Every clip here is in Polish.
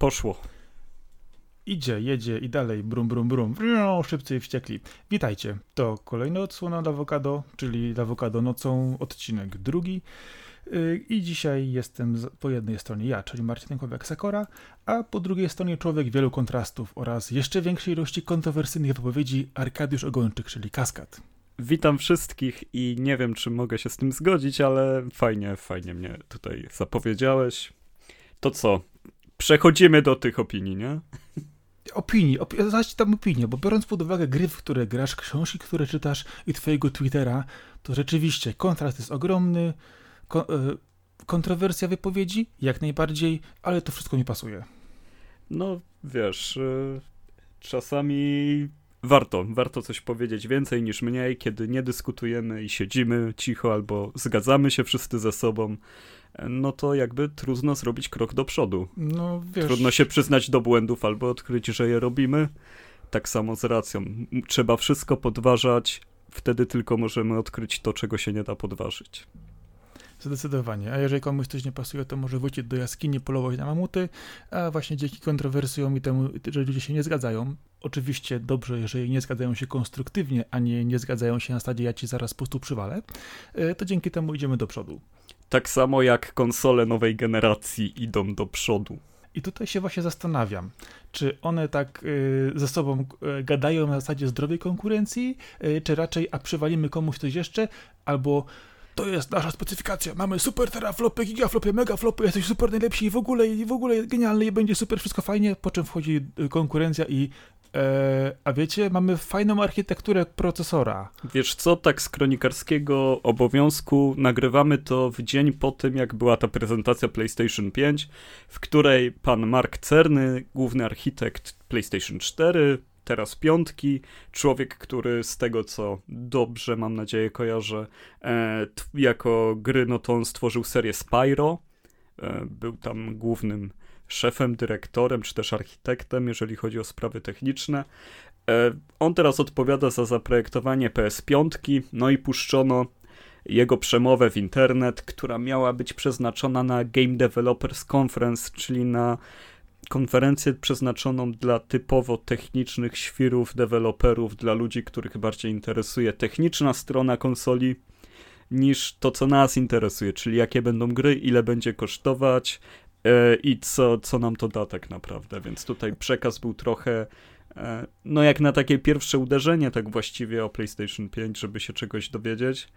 Poszło. Idzie, jedzie i dalej, brum, brum, brum, szybcy i wściekli. Witajcie, to kolejna odsłona Lawokado, czyli Lawokado nocą, odcinek drugi. I dzisiaj jestem po jednej stronie ja, czyli Marcin Kowiak-Sakora, a po drugiej stronie człowiek wielu kontrastów oraz jeszcze większej ilości kontrowersyjnych wypowiedzi Arkadiusz Ogończyk, czyli Kaskad. Witam wszystkich i nie wiem, czy mogę się z tym zgodzić, ale fajnie mnie tutaj zapowiedziałeś. To co? Przechodzimy do tych opinii, nie? Zaś tam opinię, bo biorąc pod uwagę gry, w które grasz, książki, które czytasz i twojego Twittera, to rzeczywiście kontrast jest ogromny, kontrowersja wypowiedzi, jak najbardziej, ale to wszystko mi pasuje. No, wiesz, czasami warto coś powiedzieć więcej niż mniej, kiedy nie dyskutujemy i siedzimy cicho albo zgadzamy się wszyscy ze sobą, no to jakby trudno zrobić krok do przodu. No, wiesz... Trudno się przyznać do błędów albo odkryć, że je robimy. Tak samo z racją. Trzeba wszystko podważać, wtedy tylko możemy odkryć to, czego się nie da podważyć. Zdecydowanie. A jeżeli komuś coś nie pasuje, to może wrócić do jaskini, polować na mamuty, a właśnie dzięki kontrowersjom i temu, że ludzie się nie zgadzają, oczywiście dobrze, jeżeli nie zgadzają się konstruktywnie, a nie zgadzają się na zasadzie ja ci zaraz po prostu przywalę, to dzięki temu idziemy do przodu. Tak samo jak konsole nowej generacji idą do przodu. I tutaj się właśnie zastanawiam, czy one tak ze sobą gadają na zasadzie zdrowej konkurencji, czy raczej a przywalimy komuś coś jeszcze, albo to jest nasza specyfikacja, mamy super teraflopy, gigaflopy, megaflopy, jesteś super najlepsi i w ogóle genialny i będzie super, wszystko fajnie, po czym wchodzi konkurencja i a wiecie, mamy fajną architekturę procesora. Wiesz co, tak z kronikarskiego obowiązku nagrywamy to w dzień po tym, jak była ta prezentacja PlayStation 5, w której pan Mark Cerny, główny architekt PlayStation 4, teraz 5, człowiek, który z tego, co dobrze, mam nadzieję, kojarzę, jako gry, no to on stworzył serię Spyro, był tam głównym szefem, dyrektorem, czy też architektem, jeżeli chodzi o sprawy techniczne. On teraz odpowiada za zaprojektowanie PS5, no i puszczono jego przemowę w internet, która miała być przeznaczona na Game Developers Conference, czyli na konferencję przeznaczoną dla typowo technicznych świrów, deweloperów, dla ludzi, których bardziej interesuje techniczna strona konsoli, niż to, co nas interesuje, czyli jakie będą gry, ile będzie kosztować, i co nam to da tak naprawdę, więc tutaj przekaz był trochę no jak na takie pierwsze uderzenie tak właściwie o PlayStation 5, żeby się czegoś dowiedzieć,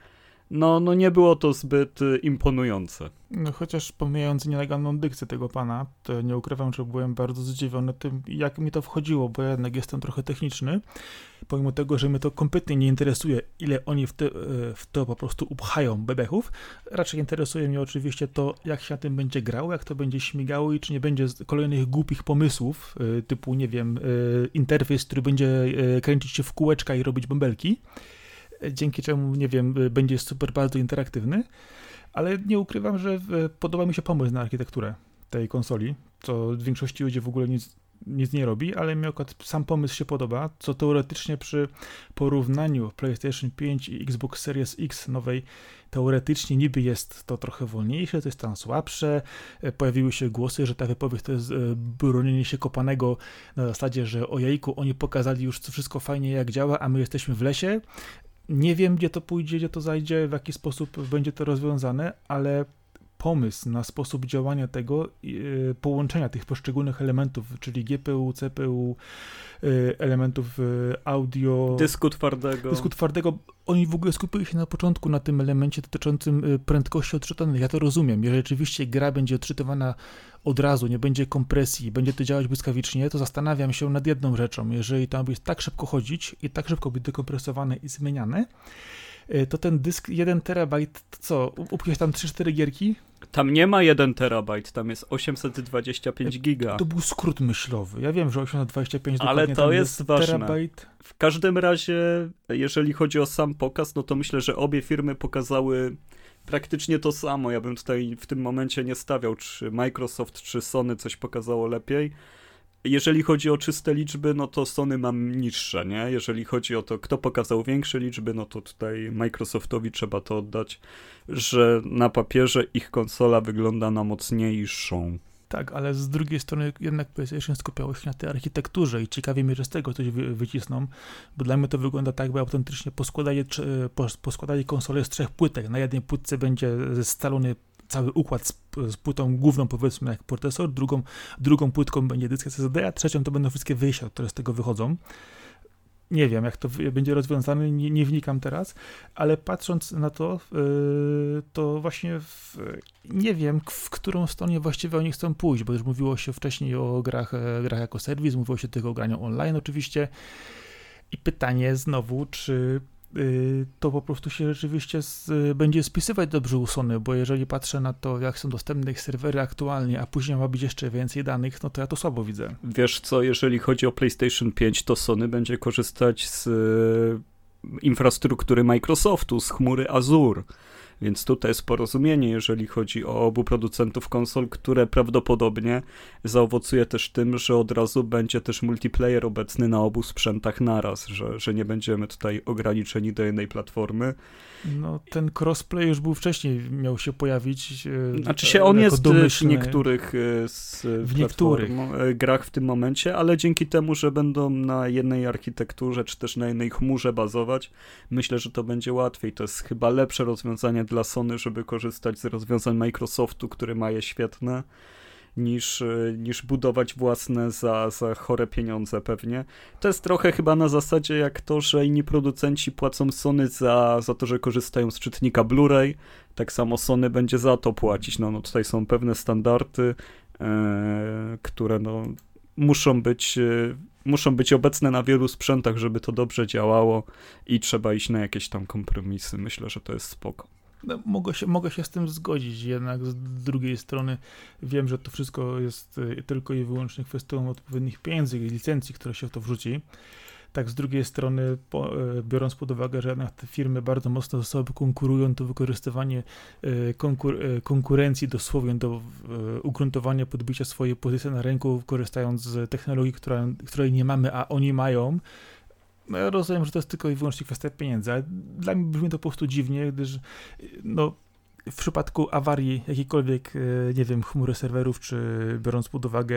no nie było to zbyt imponujące. No chociaż pomijając nielegalną dykcję tego pana, to nie ukrywam, że byłem bardzo zdziwiony tym, jak mi to wchodziło, bo ja jednak jestem trochę techniczny, pomimo tego, że mnie to kompletnie nie interesuje, ile oni w to po prostu upchają bebechów. Raczej interesuje mnie oczywiście to, jak się na tym będzie grało, jak to będzie śmigało i czy nie będzie kolejnych głupich pomysłów, typu, nie wiem, interfejs, który będzie kręcić się w kółeczka i robić bąbelki, dzięki czemu, nie wiem, będzie super bardzo interaktywny, ale nie ukrywam, że podoba mi się pomysł na architekturę tej konsoli, co w większości ludzi w ogóle nic nie robi, ale mi akurat sam pomysł się podoba, co teoretycznie przy porównaniu PlayStation 5 i Xbox Series X nowej, teoretycznie niby jest to trochę wolniejsze, to jest tam słabsze, pojawiły się głosy, że ta wypowiedź to jest bronienie się kopanego na zasadzie, że ojejku, oni pokazali już wszystko fajnie jak działa, a my jesteśmy w lesie. Nie wiem, gdzie to pójdzie, gdzie to zajdzie, w jaki sposób będzie to rozwiązane, ale pomysł na sposób działania tego, połączenia tych poszczególnych elementów, czyli GPU, CPU, elementów audio... Dysku twardego. Oni w ogóle skupili się na początku na tym elemencie dotyczącym prędkości odczytanej. Ja to rozumiem. Jeżeli rzeczywiście gra będzie odczytywana od razu, nie będzie kompresji, będzie to działać błyskawicznie, to zastanawiam się nad jedną rzeczą. Jeżeli to ma być tak szybko chodzić i tak szybko być dekompresowane i zmieniane, to ten dysk 1 terabajt, co, upchniesz tam 3-4 gierki? Tam nie ma 1 terabajt, tam jest 825 giga. To był skrót myślowy. Ja wiem, że 825 ale to jest ważne. Terabajt. W każdym razie, jeżeli chodzi o sam pokaz, no to myślę, że obie firmy pokazały praktycznie to samo. Ja bym tutaj w tym momencie nie stawiał, czy Microsoft, czy Sony coś pokazało lepiej. Jeżeli chodzi o czyste liczby, no to Sony mam niższe, nie? Jeżeli chodzi o to, kto pokazał większe liczby, no to tutaj Microsoftowi trzeba to oddać, że na papierze ich konsola wygląda na mocniejszą. Tak, ale z drugiej strony jednak PlayStation skupiało się na tej architekturze i ciekawie mnie, że z tego coś wycisną, bo dla mnie to wygląda tak, jakby autentycznie poskładali konsolę z 3 płytek. Na jednej płytce będzie scalony cały układ z płytą główną, powiedzmy, jak procesor, drugą płytką będzie dysk SSD, a trzecią to będą wszystkie wyjścia, które z tego wychodzą. Nie wiem, jak to będzie rozwiązane, nie wnikam teraz, ale patrząc na to, to właśnie nie wiem, w którą stronę właściwie oni chcą pójść, bo już mówiło się wcześniej o grach jako serwis, mówiło się tylko o graniu online oczywiście i pytanie znowu, czy to po prostu się rzeczywiście będzie spisywać dobrze u Sony, bo jeżeli patrzę na to, jak są dostępne ich serwery aktualnie, a później ma być jeszcze więcej danych, no to ja to słabo widzę. Wiesz co, jeżeli chodzi o PlayStation 5, to Sony będzie korzystać z infrastruktury Microsoftu, z chmury Azure. Więc tutaj jest porozumienie, jeżeli chodzi o obu producentów konsol, które prawdopodobnie zaowocuje też tym, że od razu będzie też multiplayer obecny na obu sprzętach naraz, że nie będziemy tutaj ograniczeni do jednej platformy. No ten crossplay już był wcześniej, miał się pojawić. Znaczy się on jest w niektórych grach w tym momencie, ale dzięki temu, że będą na jednej architekturze, czy też na jednej chmurze bazować, myślę, że to będzie łatwiej. To jest chyba lepsze rozwiązanie dla Sony, żeby korzystać z rozwiązań Microsoftu, który ma je świetne, niż budować własne za chore pieniądze pewnie. To jest trochę chyba na zasadzie jak to, że inni producenci płacą Sony za to, że korzystają z czytnika Blu-ray, tak samo Sony będzie za to płacić. No tutaj są pewne standardy, które muszą być obecne na wielu sprzętach, żeby to dobrze działało i trzeba iść na jakieś tam kompromisy. Myślę, że to jest spoko. No, mogę się z tym zgodzić, jednak z drugiej strony wiem, że to wszystko jest tylko i wyłącznie kwestią odpowiednich pieniędzy i licencji, które się w to wrzuci. Tak, z drugiej strony, biorąc pod uwagę, że jednak te firmy bardzo mocno ze sobą konkurują, to wykorzystywanie konkurencji dosłownie do ugruntowania, podbicia swojej pozycji na rynku, korzystając z technologii, której nie mamy, a oni mają. No ja rozumiem, że to jest tylko i wyłącznie kwestia pieniędzy, ale dla mnie brzmi to po prostu dziwnie, gdyż no, w przypadku awarii jakiejkolwiek, nie wiem, chmury serwerów, czy biorąc pod uwagę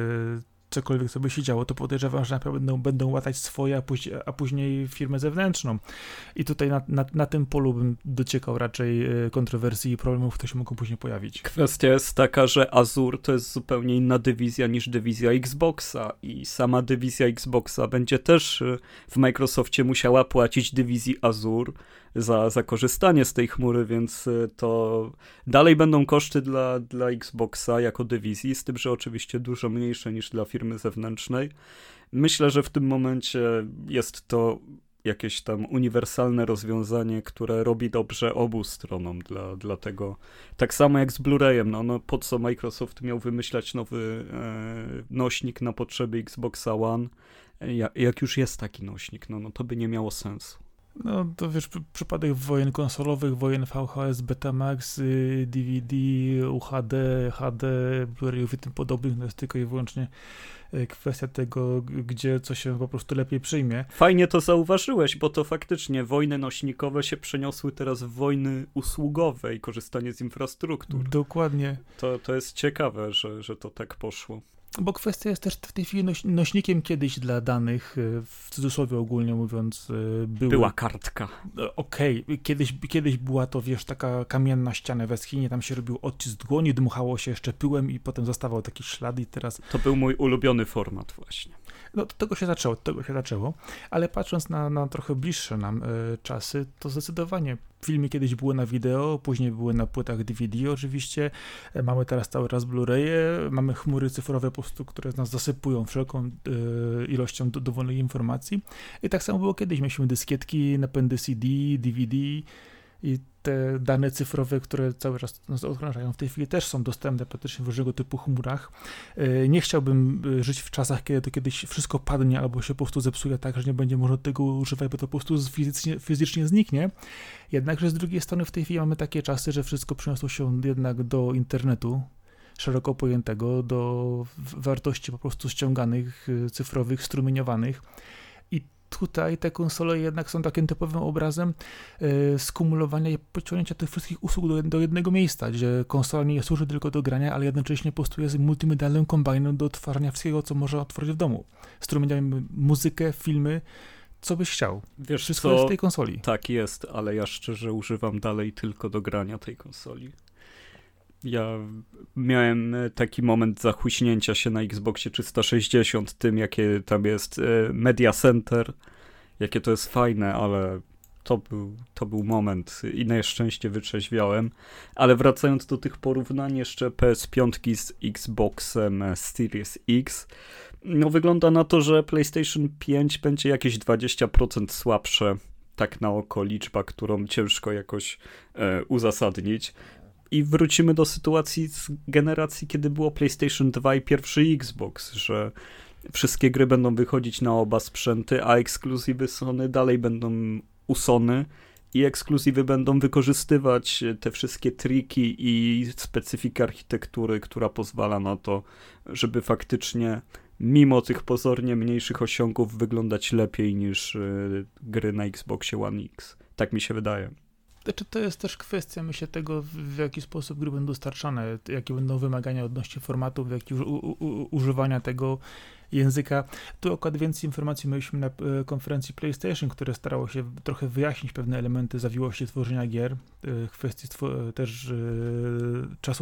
cokolwiek sobie się działo, to podejrzewam, że naprawdę będą łatać swoje, a później firmę zewnętrzną. I tutaj na tym polu bym dociekał raczej kontrowersji i problemów, które się mogą później pojawić. Kwestia jest taka, że Azure to jest zupełnie inna dywizja niż dywizja Xboxa i sama dywizja Xboxa będzie też w Microsoftie musiała płacić dywizji Azure za korzystanie z tej chmury, więc to dalej będą koszty dla Xboxa jako dywizji, z tym, że oczywiście dużo mniejsze niż dla firmy zewnętrznej. Myślę, że w tym momencie jest to jakieś tam uniwersalne rozwiązanie, które robi dobrze obu stronom, dlatego tak samo jak z Blu-rayem, no po co Microsoft miał wymyślać nowy nośnik na potrzeby Xboxa One, jak już jest taki nośnik, no to by nie miało sensu. No to wiesz, przypadek wojen konsolowych, wojen VHS, Betamax, DVD, UHD, HD, Blu-rayów i tym podobnych, no jest tylko i wyłącznie kwestia tego, gdzie co się po prostu lepiej przyjmie. Fajnie to zauważyłeś, bo to faktycznie wojny nośnikowe się przeniosły teraz w wojny usługowe i korzystanie z infrastruktur. Dokładnie. To jest ciekawe, że to tak poszło. Bo kwestia jest też w tej chwili nośnikiem kiedyś dla danych, w cudzysłowie ogólnie mówiąc, była kartka. Okej, kiedyś była to, wiesz, taka kamienna ściana w jaskini, tam się robił odcisk dłoni, dmuchało się jeszcze pyłem i potem zostawał taki ślad i teraz... To był mój ulubiony format właśnie. No to tego się zaczęło, ale patrząc na trochę bliższe nam czasy, to zdecydowanie filmy kiedyś były na wideo, później były na płytach DVD oczywiście, mamy teraz cały czas Blu-raye, mamy chmury cyfrowe po prostu, które nas zasypują wszelką ilością dowolnych informacji i tak samo było kiedyś, mieliśmy dyskietki, napędy CD, DVD i te dane cyfrowe, które cały czas nas odkrążają w tej chwili, też są dostępne praktycznie w różnego typu chmurach. Nie chciałbym żyć w czasach, kiedy to kiedyś wszystko padnie albo się po prostu zepsuje tak, że nie będzie można tego używać, bo to po prostu fizycznie zniknie. Jednakże z drugiej strony w tej chwili mamy takie czasy, że wszystko przeniosło się jednak do internetu szeroko pojętego, do wartości po prostu ściąganych, cyfrowych, strumieniowanych. I tutaj te konsole jednak są takim typowym obrazem skumulowania i pociągnięcia tych wszystkich usług do jednego miejsca, gdzie konsola nie służy tylko do grania, ale jednocześnie postuje z multimedialnym kombajnem do odtwarzania wszystkiego, co można otworzyć w domu. Strumieniami muzykę, filmy, co byś chciał. Wiesz, wszystko jest w tej konsoli. Tak jest, ale ja szczerze używam dalej tylko do grania tej konsoli. Ja miałem taki moment zachuśnięcia się na Xboxie 360 tym, jakie tam jest Media Center, jakie to jest fajne, ale to był moment i na szczęście wytrzeźwiałem. Ale wracając do tych porównań jeszcze PS5 z Xboxem Series X, no wygląda na to, że PlayStation 5 będzie jakieś 20% słabsze, tak na oko liczba, którą ciężko jakoś uzasadnić. I wrócimy do sytuacji z generacji, kiedy było PlayStation 2 i pierwszy Xbox, że wszystkie gry będą wychodzić na oba sprzęty, a ekskluzywy Sony dalej będą u Sony i ekskluzywy będą wykorzystywać te wszystkie triki i specyfikę architektury, która pozwala na to, żeby faktycznie mimo tych pozornie mniejszych osiągów wyglądać lepiej niż gry na Xboxie One X. Tak mi się wydaje. Znaczy, to jest też kwestia, myślę, tego, w jaki sposób gry będą dostarczane, jakie będą wymagania odnośnie formatów, używania tego języka. Tu akurat więcej informacji mieliśmy na konferencji PlayStation, które starało się trochę wyjaśnić pewne elementy zawiłości tworzenia gier, kwestii też czasu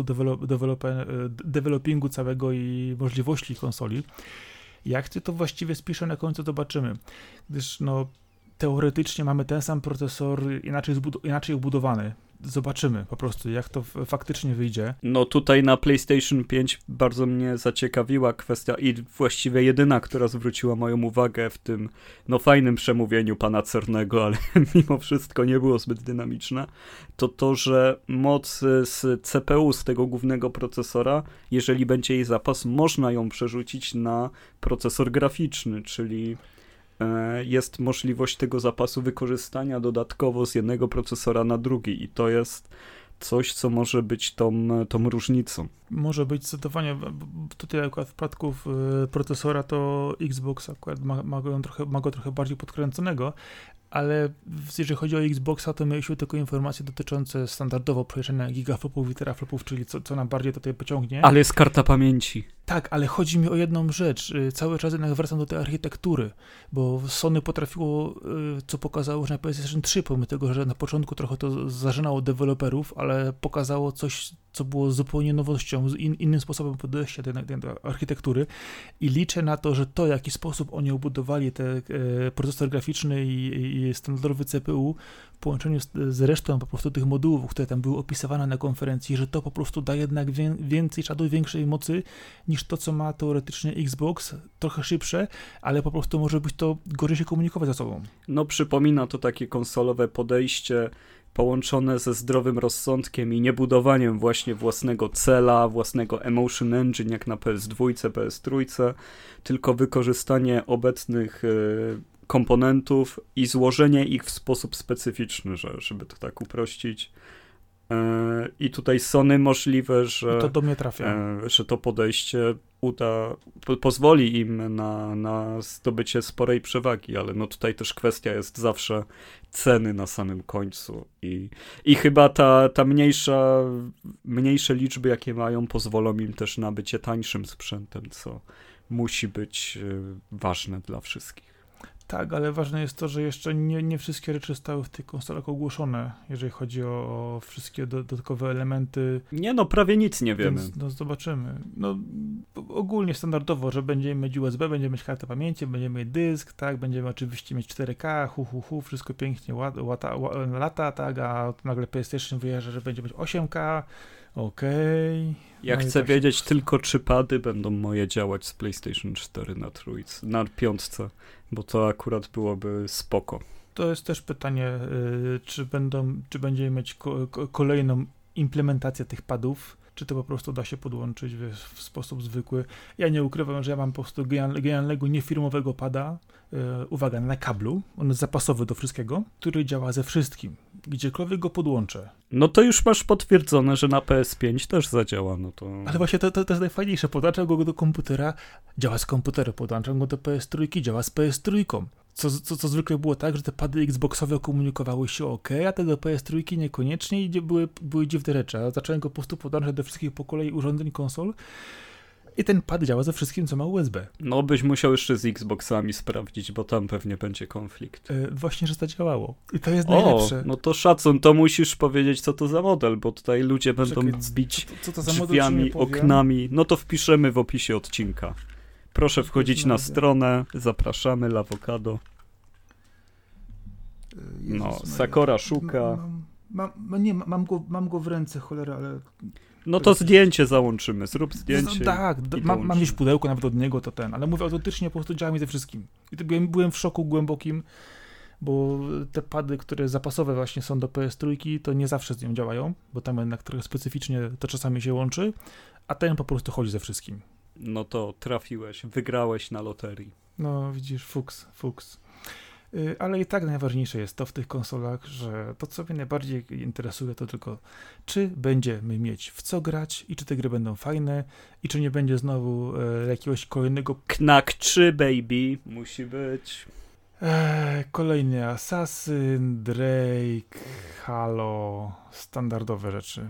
developingu całego i możliwości konsoli. Jak to właściwie spiszę na końcu, zobaczymy. Gdyż teoretycznie mamy ten sam procesor, inaczej ubudowany. Zobaczymy po prostu, jak to faktycznie wyjdzie. No tutaj na PlayStation 5 bardzo mnie zaciekawiła kwestia i właściwie jedyna, która zwróciła moją uwagę w tym fajnym przemówieniu pana Cernego, ale mimo wszystko nie było zbyt dynamiczne, to, że moc z CPU, z tego głównego procesora, jeżeli będzie jej zapas, można ją przerzucić na procesor graficzny, czyli jest możliwość tego zapasu wykorzystania dodatkowo z jednego procesora na drugi i to jest coś, co może być tą różnicą. Może być zdecydowanie, tutaj akurat w przypadku procesora to Xbox akurat ma go trochę bardziej podkręconego, ale jeżeli chodzi o Xboxa, to mieliśmy tylko informacje dotyczące standardowo przeliczenia gigaflopów i teraflopów, czyli co nam bardziej tutaj pociągnie. Ale jest karta pamięci. Tak, ale chodzi mi o jedną rzecz. Cały czas jednak wracam do tej architektury, bo Sony potrafiło, co pokazało już na PlayStation 3, pomimo tego, że na początku trochę to zażynało deweloperów, ale pokazało coś, co było zupełnie nowością, innym sposobem podejścia do architektury i liczę na to, że to, w jaki sposób oni obudowali ten procesor graficzny i standardowy CPU w połączeniu z resztą po prostu tych modułów, które tam były opisywane na konferencji, że to po prostu da jednak więcej czadu i większej mocy niż to, co ma teoretycznie Xbox, trochę szybsze, ale po prostu może być to gorzej się komunikować ze sobą. No przypomina to takie konsolowe podejście połączone ze zdrowym rozsądkiem i niebudowaniem właśnie własnego cela, własnego Emotion Engine jak na PS2, PS3, tylko wykorzystanie obecnych komponentów i złożenie ich w sposób specyficzny, żeby to tak uprościć. I tutaj Sony możliwe, że to do mnie trafia. Że to podejście pozwoli im na zdobycie sporej przewagi, ale tutaj też kwestia jest zawsze ceny na samym końcu i chyba ta mniejsze liczby, jakie mają, pozwolą im też na bycie tańszym sprzętem, co musi być ważne dla wszystkich. Tak, ale ważne jest to, że jeszcze nie wszystkie rzeczy zostały w tych konsolach ogłoszone, jeżeli chodzi o wszystkie dodatkowe elementy. Prawie nic nie wiemy. Więc, zobaczymy. Ogólnie standardowo, że będziemy mieć USB, będziemy mieć kartę pamięci, będziemy mieć dysk, tak, będziemy oczywiście mieć 4K, wszystko pięknie lata, tak, a nagle PlayStation wyjeżdża, że będzie mieć 8K, okej. Ja chcę wiedzieć tylko, czy pady będą moje działać z PlayStation 4 na 5, bo to akurat byłoby spoko. To jest też pytanie, czy będziemy mieć kolejną implementację tych padów, czy to po prostu da się podłączyć w sposób zwykły. Ja nie ukrywam, że ja mam po prostu genialnego, niefirmowego pada, uwaga, na kablu, on jest zapasowy do wszystkiego, który działa ze wszystkim. Gdziekolwiek go podłączę. No to już masz potwierdzone, że na PS5 też zadziała, Ale właśnie to jest najfajniejsze, podłączam go do komputera, działa z komputera, podłączam go do PS3, działa z PS3. Co zwykle było tak, że te pady Xboxowe komunikowały się ok, a te do PS3 niekoniecznie i były dziwne rzeczy. A zacząłem go po prostu podłączać do wszystkich po kolei urządzeń konsol i ten pad działa ze wszystkim, co ma USB. No byś musiał jeszcze z Xboxami sprawdzić, bo tam pewnie będzie konflikt. Właśnie, że zadziałało. I to jest najlepsze. No to szacun, to musisz powiedzieć, co to za model, bo tutaj ludzie będą bić co to za drzwiami, model, oknami. No to wpiszemy w opisie odcinka. Proszę wchodzić na stronę, zapraszamy, Lawokado. No, Sakora szuka. Mam go w ręce, cholera, ale... No to zdjęcie załączymy, zrób zdjęcie. Tak, mam gdzieś pudełko nawet od niego, ale mówię autentycznie, po prostu działa mi ze wszystkim. I byłem w szoku głębokim, bo te pady, które zapasowe właśnie są do PS3, to nie zawsze z nią działają, bo tam jednak trochę specyficznie to czasami się łączy, a ten po prostu chodzi ze wszystkim. No to trafiłeś, wygrałeś na loterii. No widzisz, fuks. Ale i tak najważniejsze jest to w tych konsolach, że to, co mnie najbardziej interesuje, to tylko czy będziemy mieć w co grać i czy te gry będą fajne i czy nie będzie znowu jakiegoś kolejnego... Knack 3, baby, musi być. Kolejny Assassin, Drake, Halo, standardowe rzeczy.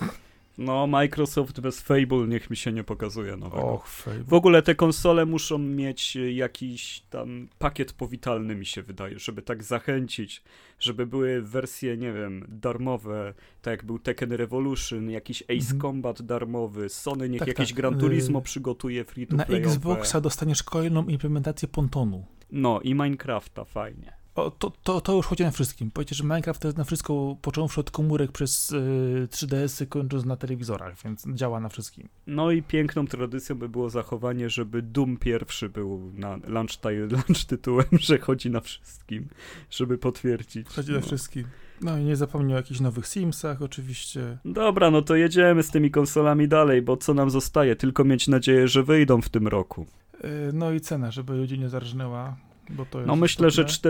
No, Microsoft bez Fable niech mi się nie pokazuje nowego. Och, Fable. W ogóle te konsole muszą mieć jakiś tam pakiet powitalny, mi się wydaje, żeby tak zachęcić, żeby były wersje, nie wiem, darmowe, tak jak był Tekken Revolution, jakiś Ace Combat darmowy, Sony niech jakieś Gran Turismo przygotuje free-to-playowe. Na Xboxa dostaniesz kolejną implementację Pontonu. No i Minecrafta, fajnie. To już chodzi na wszystkim. Powiedzcie, że Minecraft to jest na wszystko, począwszy od komórek przez 3DS-y, kończąc na telewizorach, więc działa na wszystkim. No i piękną tradycją by było zachowanie, żeby Doom pierwszy był na launch tytułem, że chodzi na wszystkim, żeby potwierdzić. Chodzi na wszystkim. No i nie zapomnij o jakichś nowych Simsach oczywiście. Dobra, no to jedziemy z tymi konsolami dalej, bo co nam zostaje? Tylko mieć nadzieję, że wyjdą w tym roku. No i cena, żeby ludzi nie zarżnęła. Bo to jest no myślę, istotne. że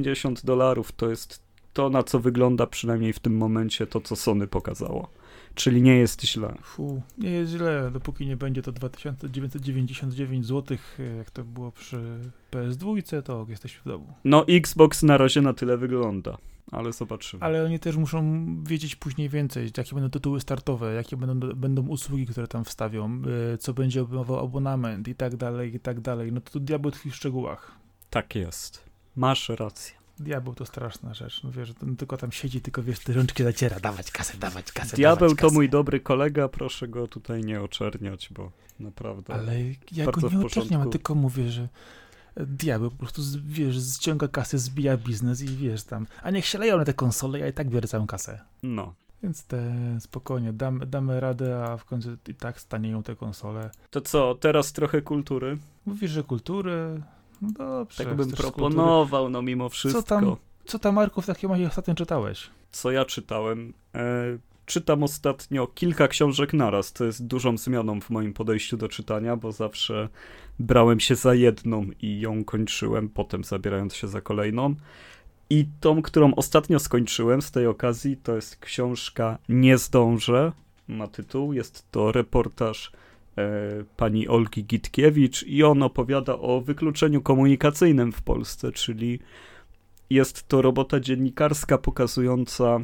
$450 to jest to, na co wygląda przynajmniej w tym momencie to, co Sony pokazało. Czyli nie jest źle. Nie jest źle, dopóki nie będzie to 2999 zł, jak to było przy PS2, to jesteśmy w domu. No Xbox na razie na tyle wygląda, ale zobaczymy. Ale oni też muszą wiedzieć później więcej, jakie będą tytuły startowe, jakie będą usługi, które tam wstawią, co będzie obejmował abonament i tak dalej. No to diabeł tkwi w szczegółach. Tak jest. Masz rację. Diabeł to straszna rzecz. No wiesz, że on tylko tam siedzi, tylko wiesz, te rączki zaciera. Dawać kasę. Diabeł to mój dobry kolega, proszę go tutaj nie oczerniać, bo naprawdę. Ale ja go nie oczerniam, tylko mówię, że diabeł po prostu, wiesz, ściąga kasę, zbija biznes i wiesz tam. A niech się leją na te konsole, ja i tak biorę całą kasę. No. Więc spokojnie, damy radę, a w końcu i tak stanieją te konsole. To co, teraz trochę kultury? Mówisz, że kultury... No dobrze. Tak bym proponował, no mimo wszystko. Co tam, Marku, w takim razie ostatnio czytałeś? Co ja czytałem? Czytam ostatnio kilka książek naraz. To jest dużą zmianą w moim podejściu do czytania, bo zawsze brałem się za jedną i ją kończyłem, potem zabierając się za kolejną. I tą, którą ostatnio skończyłem z tej okazji, to jest książka Nie zdążę, ma tytuł. Jest to reportaż pani Olgi Gitkiewicz i on opowiada o wykluczeniu komunikacyjnym w Polsce, czyli jest to robota dziennikarska pokazująca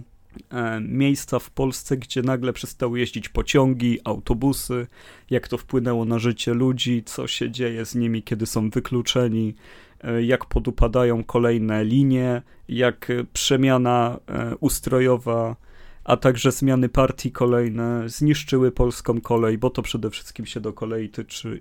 miejsca w Polsce, gdzie nagle przestały jeździć pociągi, autobusy, jak to wpłynęło na życie ludzi, co się dzieje z nimi, kiedy są wykluczeni, jak podupadają kolejne linie, jak przemiana ustrojowa, a także zmiany partii kolejne zniszczyły polską kolej, bo to przede wszystkim się do kolei tyczy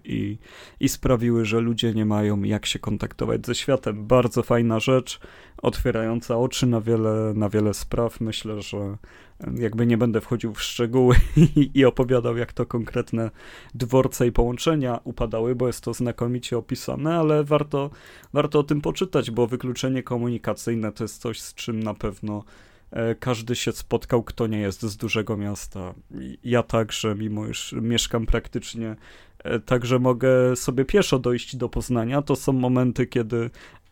i sprawiły, że ludzie nie mają jak się kontaktować ze światem. Bardzo fajna rzecz, otwierająca oczy na wiele spraw. Myślę, że jakby nie będę wchodził w szczegóły i opowiadał, jak to konkretne dworce i połączenia upadały, bo jest to znakomicie opisane, ale warto o tym poczytać, bo wykluczenie komunikacyjne to jest coś, z czym na pewno każdy się spotkał, kto nie jest z dużego miasta. Ja także, mimo iż mieszkam praktycznie, także mogę sobie pieszo dojść do Poznania. To są momenty, kiedy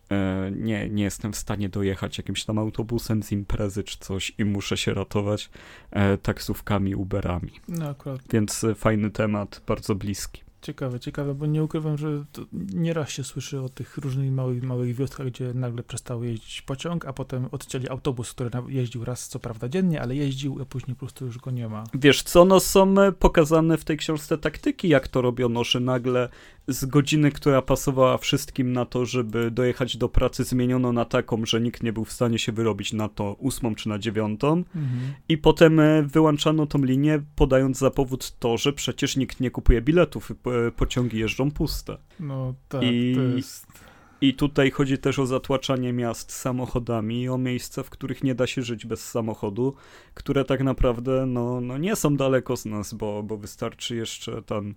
nie jestem w stanie dojechać jakimś tam autobusem z imprezy czy coś i muszę się ratować taksówkami, Uberami. No akurat. Więc fajny temat, bardzo bliski. Ciekawe, bo nie ukrywam, że nieraz się słyszy o tych różnych małych wioskach, gdzie nagle przestał jeździć pociąg, a potem odcięli autobus, który jeździł raz, co prawda dziennie, ale jeździł, a później po prostu już go nie ma. Wiesz co, no są pokazane w tej książce taktyki, jak to robiono, że nagle z godziny, która pasowała wszystkim na to, żeby dojechać do pracy, zmieniono na taką, że nikt nie był w stanie się wyrobić na to 8 czy na 9 i potem wyłączano tą linię, podając za powód to, że przecież nikt nie kupuje biletów, pociągi jeżdżą puste. No tak, to jest... I tutaj chodzi też o zatłaczanie miast samochodami, o miejsca, w których nie da się żyć bez samochodu, które tak naprawdę no nie są daleko z nas, bo wystarczy jeszcze tam...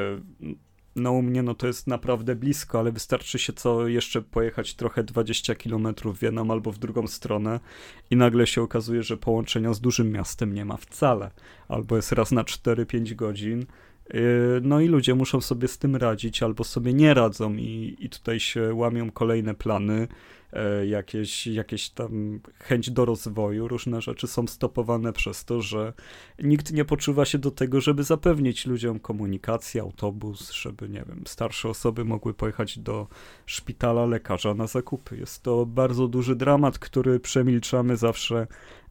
No u mnie to jest naprawdę blisko, ale wystarczy się jeszcze pojechać trochę 20 km w jedną albo w drugą stronę i nagle się okazuje, że połączenia z dużym miastem nie ma wcale. Albo jest raz na 4-5 godzin. No i ludzie muszą sobie z tym radzić, albo sobie nie radzą i tutaj się łamią kolejne plany, jakieś tam chęć do rozwoju, różne rzeczy są stopowane przez to, że nikt nie poczuwa się do tego, żeby zapewnić ludziom komunikację, autobus, żeby, nie wiem, starsze osoby mogły pojechać do szpitala, lekarza na zakupy. Jest to bardzo duży dramat, który przemilczamy zawsze,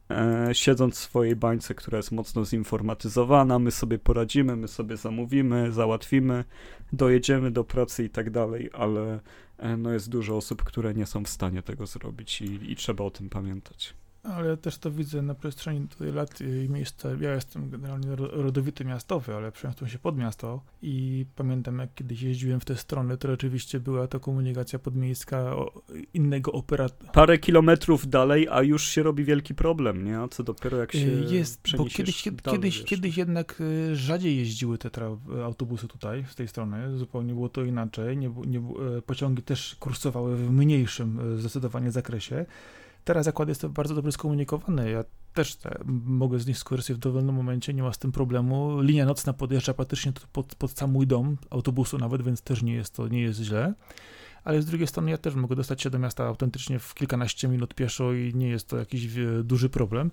siedząc w swojej bańce, która jest mocno zinformatyzowana, my sobie poradzimy, my sobie zamówimy, załatwimy, dojedziemy do pracy i tak dalej, ale no jest dużo osób, które nie są w stanie tego zrobić i trzeba o tym pamiętać. Ale też to widzę na przestrzeni lat i miejsca. Ja jestem generalnie rodowity miastowy, ale przeniosłem się pod miasto i pamiętam, jak kiedyś jeździłem w te strony, to rzeczywiście była to komunikacja podmiejska innego operatora. Parę kilometrów dalej, a już się robi wielki problem, nie? A co dopiero jak się jest, bo kiedyś jednak rzadziej jeździły te autobusy tutaj, z tej strony, zupełnie było to inaczej, pociągi też kursowały w mniejszym zdecydowanie zakresie. Teraz zakład jest to bardzo dobrze skomunikowany. Ja też mogę z nich skorzystać w dowolnym momencie, nie ma z tym problemu. Linia nocna podjeżdża praktycznie pod sam mój dom, autobusu nawet, więc też nie jest źle. Ale z drugiej strony ja też mogę dostać się do miasta autentycznie w kilkanaście minut pieszo i nie jest to jakiś duży problem.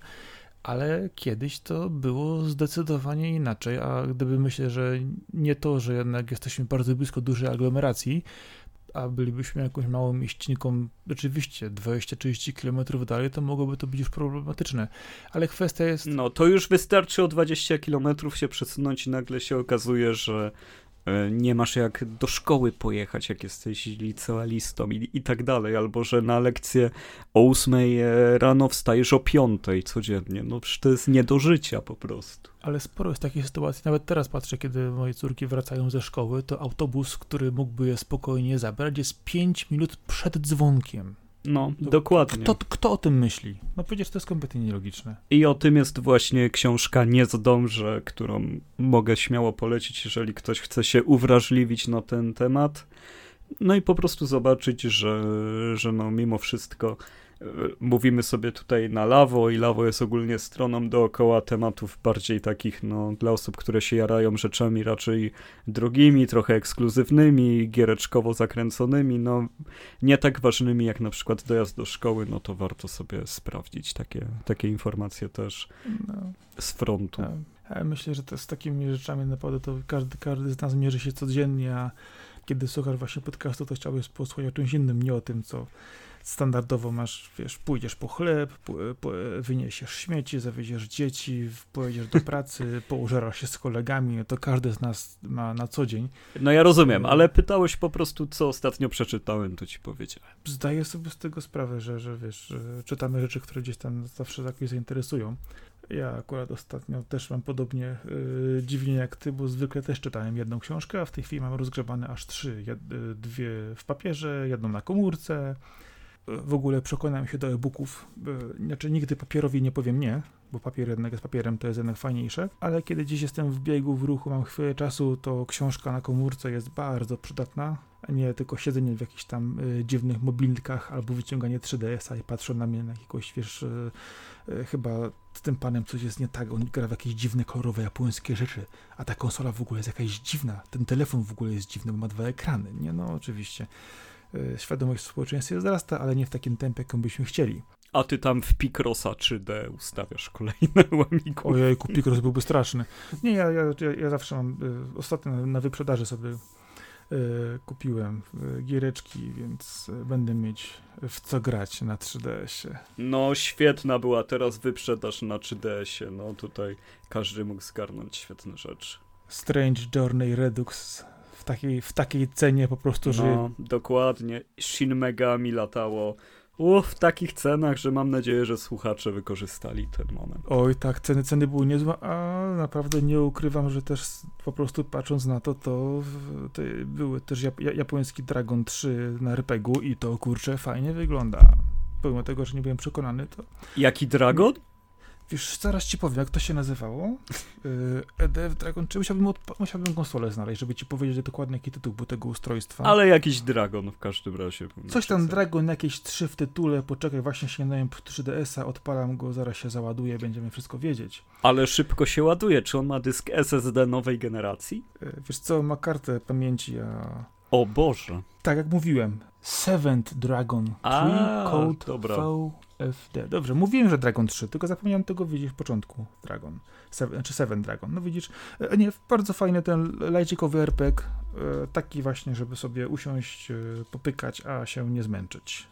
Ale kiedyś to było zdecydowanie inaczej, a myślę, że nie to, że jednak jesteśmy bardzo blisko dużej aglomeracji, a bylibyśmy jakąś małą mieścinką, rzeczywiście 20-30 km dalej, to mogłoby to być już problematyczne. Ale kwestia jest... No, to już wystarczy o 20 km się przesunąć i nagle się okazuje, że nie masz jak do szkoły pojechać, jak jesteś licealistą i tak dalej, albo że na lekcję o 8 rano wstajesz o 5 codziennie. No przecież to jest nie do życia po prostu. Ale sporo jest takich sytuacji. Nawet teraz patrzę, kiedy moje córki wracają ze szkoły, to autobus, który mógłby je spokojnie zabrać, jest 5 minut przed dzwonkiem. No, dokładnie. Kto o tym myśli? No przecież to jest kompletnie nielogiczne. I o tym jest właśnie książka Nie zdążę, którą mogę śmiało polecić, jeżeli ktoś chce się uwrażliwić na ten temat. No i po prostu zobaczyć, że no mimo wszystko mówimy sobie tutaj na Lawo i Lawo jest ogólnie stroną dookoła tematów bardziej takich, no, dla osób, które się jarają rzeczami raczej drogimi, trochę ekskluzywnymi, giereczkowo zakręconymi, no, nie tak ważnymi jak na przykład dojazd do szkoły, no to warto sobie sprawdzić takie informacje też z frontu. Ja myślę, że to z takimi rzeczami naprawdę to każdy z nas mierzy się codziennie, a kiedy słuchasz właśnie podcastu, to chciałbyś posłuchać o czymś innym, nie o tym, co standardowo masz, wiesz, pójdziesz po chleb, wyniesiesz śmieci, zawieziesz dzieci, pojedziesz do pracy, poużerasz się z kolegami, to każdy z nas ma na co dzień. No ja rozumiem, ale pytałeś po prostu, co ostatnio przeczytałem, to ci powiedziałem. Zdaję sobie z tego sprawę, że wiesz, czytamy rzeczy, które gdzieś tam zawsze jakoś zainteresują. Ja akurat ostatnio też mam podobnie dziwnie jak ty, bo zwykle też czytałem jedną książkę, a w tej chwili mam rozgrzebane aż 3. Dwie w papierze, jedną na komórce. W ogóle przekonałem się do e-booków. Znaczy nigdy papierowi nie powiem nie, bo papier jednak jest papierem, to jest jednak fajniejsze. Ale kiedy gdzieś jestem w biegu, w ruchu, mam chwilę czasu, to książka na komórce jest bardzo przydatna. A nie tylko siedzenie w jakichś tam dziwnych mobilkach albo wyciąganie 3DS-a i patrzą na mnie na jakiegoś, wiesz, chyba z tym panem coś jest nie tak, on gra w jakieś dziwne, kolorowe, japońskie rzeczy, a ta konsola w ogóle jest jakaś dziwna, ten telefon w ogóle jest dziwny, bo ma 2 ekrany. Nie, no oczywiście. Świadomość w społeczeństwie wzrasta, ale nie w takim tempie, jakim byśmy chcieli. a ty tam w Picrossa 3D ustawiasz kolejne łamigłówki. Ojejku, Picross byłby straszny. Nie, ja zawsze mam, ostatnio na wyprzedaży sobie kupiłem giereczki, więc będę mieć w co grać na 3DS-ie. No świetna była teraz wyprzedaż na 3DS-ie, no tutaj każdy mógł zgarnąć świetne rzeczy. Strange Journey Redux w takiej cenie po prostu, że... No, dokładnie. Shin Megami latało w takich cenach, że mam nadzieję, że słuchacze wykorzystali ten moment. Oj tak, ceny były niezłe, a naprawdę nie ukrywam, że też po prostu patrząc na to były też japoński Dragon 3 na RPG-u i to kurczę fajnie wygląda. Pomimo tego, że nie byłem przekonany, to... Jaki Dragon? Wiesz, zaraz ci powiem, jak to się nazywało. EDF Dragon 3. Musiałbym konsolę znaleźć, żeby ci powiedzieć dokładnie, jaki tytuł był tego ustrojstwa. Ale jakiś Dragon w każdym razie. Coś tam Dragon, jakieś 3 w tytule. Poczekaj, właśnie sięgnąłem po 3DS-a, odpalam go, zaraz się załaduje, będziemy wszystko wiedzieć. Ale szybko się ładuje. Czy on ma dysk SSD nowej generacji? Wiesz co, ma kartę pamięci, a... O Boże. Tak, jak mówiłem. Seventh Dragon 3 Code dobra. VFD. Dobrze, mówiłem, że Dragon 3, tylko zapomniałem tego wiedzieć w początku. Dragon. Seven Dragon. No widzisz, nie, bardzo fajny ten lajcikowy RPG, taki właśnie, żeby sobie usiąść, popykać, a się nie zmęczyć.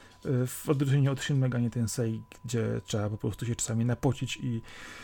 W odróżnieniu od Shin Megami Tensei, gdzie trzeba po prostu się czasami napocić i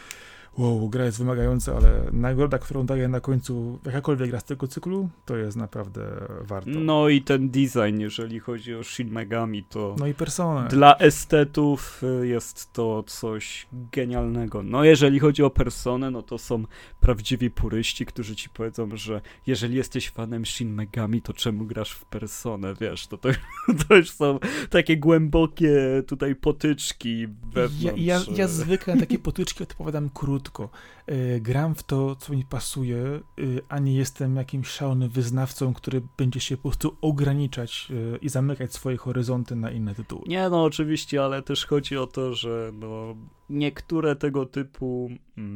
gra jest wymagająca, ale nagroda, którą daje na końcu jakakolwiek gra z tego cyklu, to jest naprawdę warto. No i ten design, jeżeli chodzi o Shin Megami, to no i Personę. Dla estetów jest to coś genialnego. No jeżeli chodzi o Personę, no to są prawdziwi puryści, którzy ci powiedzą, że jeżeli jesteś fanem Shin Megami, to czemu grasz w Personę, wiesz, to już są takie głębokie tutaj potyczki wewnątrz. Ja zwykle na takie potyczki odpowiadam krótko. Gram w to, co mi pasuje, a nie jestem jakimś szalonym wyznawcą, który będzie się po prostu ograniczać i zamykać swoje horyzonty na inne tytuły. Nie, no oczywiście, ale też chodzi o to, że no, niektóre tego typu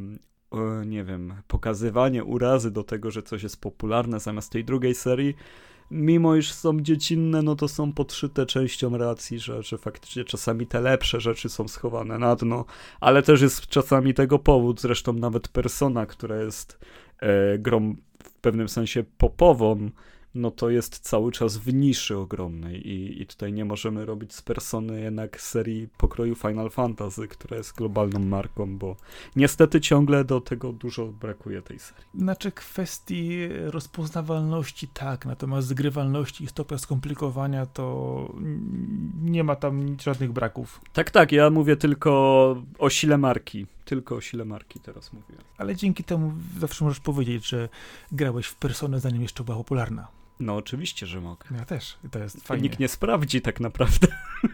nie wiem, pokazywanie urazy do tego, że coś jest popularne zamiast tej drugiej serii, mimo iż są dziecinne, no to są podszyte częścią racji, że faktycznie czasami te lepsze rzeczy są schowane na dno, ale też jest czasami tego powód, zresztą nawet Persona, która jest grą w pewnym sensie popową, no to jest cały czas w niszy ogromnej i tutaj nie możemy robić z Persony jednak serii pokroju Final Fantasy, która jest globalną marką, bo niestety ciągle do tego dużo brakuje tej serii. Znaczy kwestii rozpoznawalności tak, natomiast zgrywalności i stopnia skomplikowania to nie ma tam żadnych braków. Tak, ja mówię tylko o sile marki. Tylko o sile marki teraz mówię. Ale dzięki temu zawsze możesz powiedzieć, że grałeś w Personę, zanim jeszcze była popularna. No oczywiście, że mogę. Ja też. I to jest fajnie. Nikt nie sprawdzi tak naprawdę.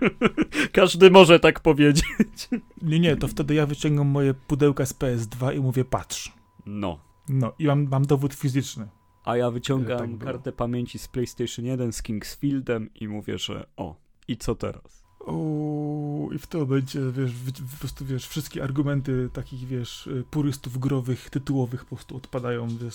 Każdy może tak powiedzieć. Nie, to wtedy ja wyciągam moje pudełka z PS2 i mówię patrz. No I mam dowód fizyczny. A ja wyciągam kartę pamięci z PlayStation 1 z Kingsfieldem i mówię, że i co teraz? I w to będzie, wiesz, po prostu, wiesz, wszystkie argumenty takich, wiesz, purystów growych, tytułowych po prostu odpadają, wiesz,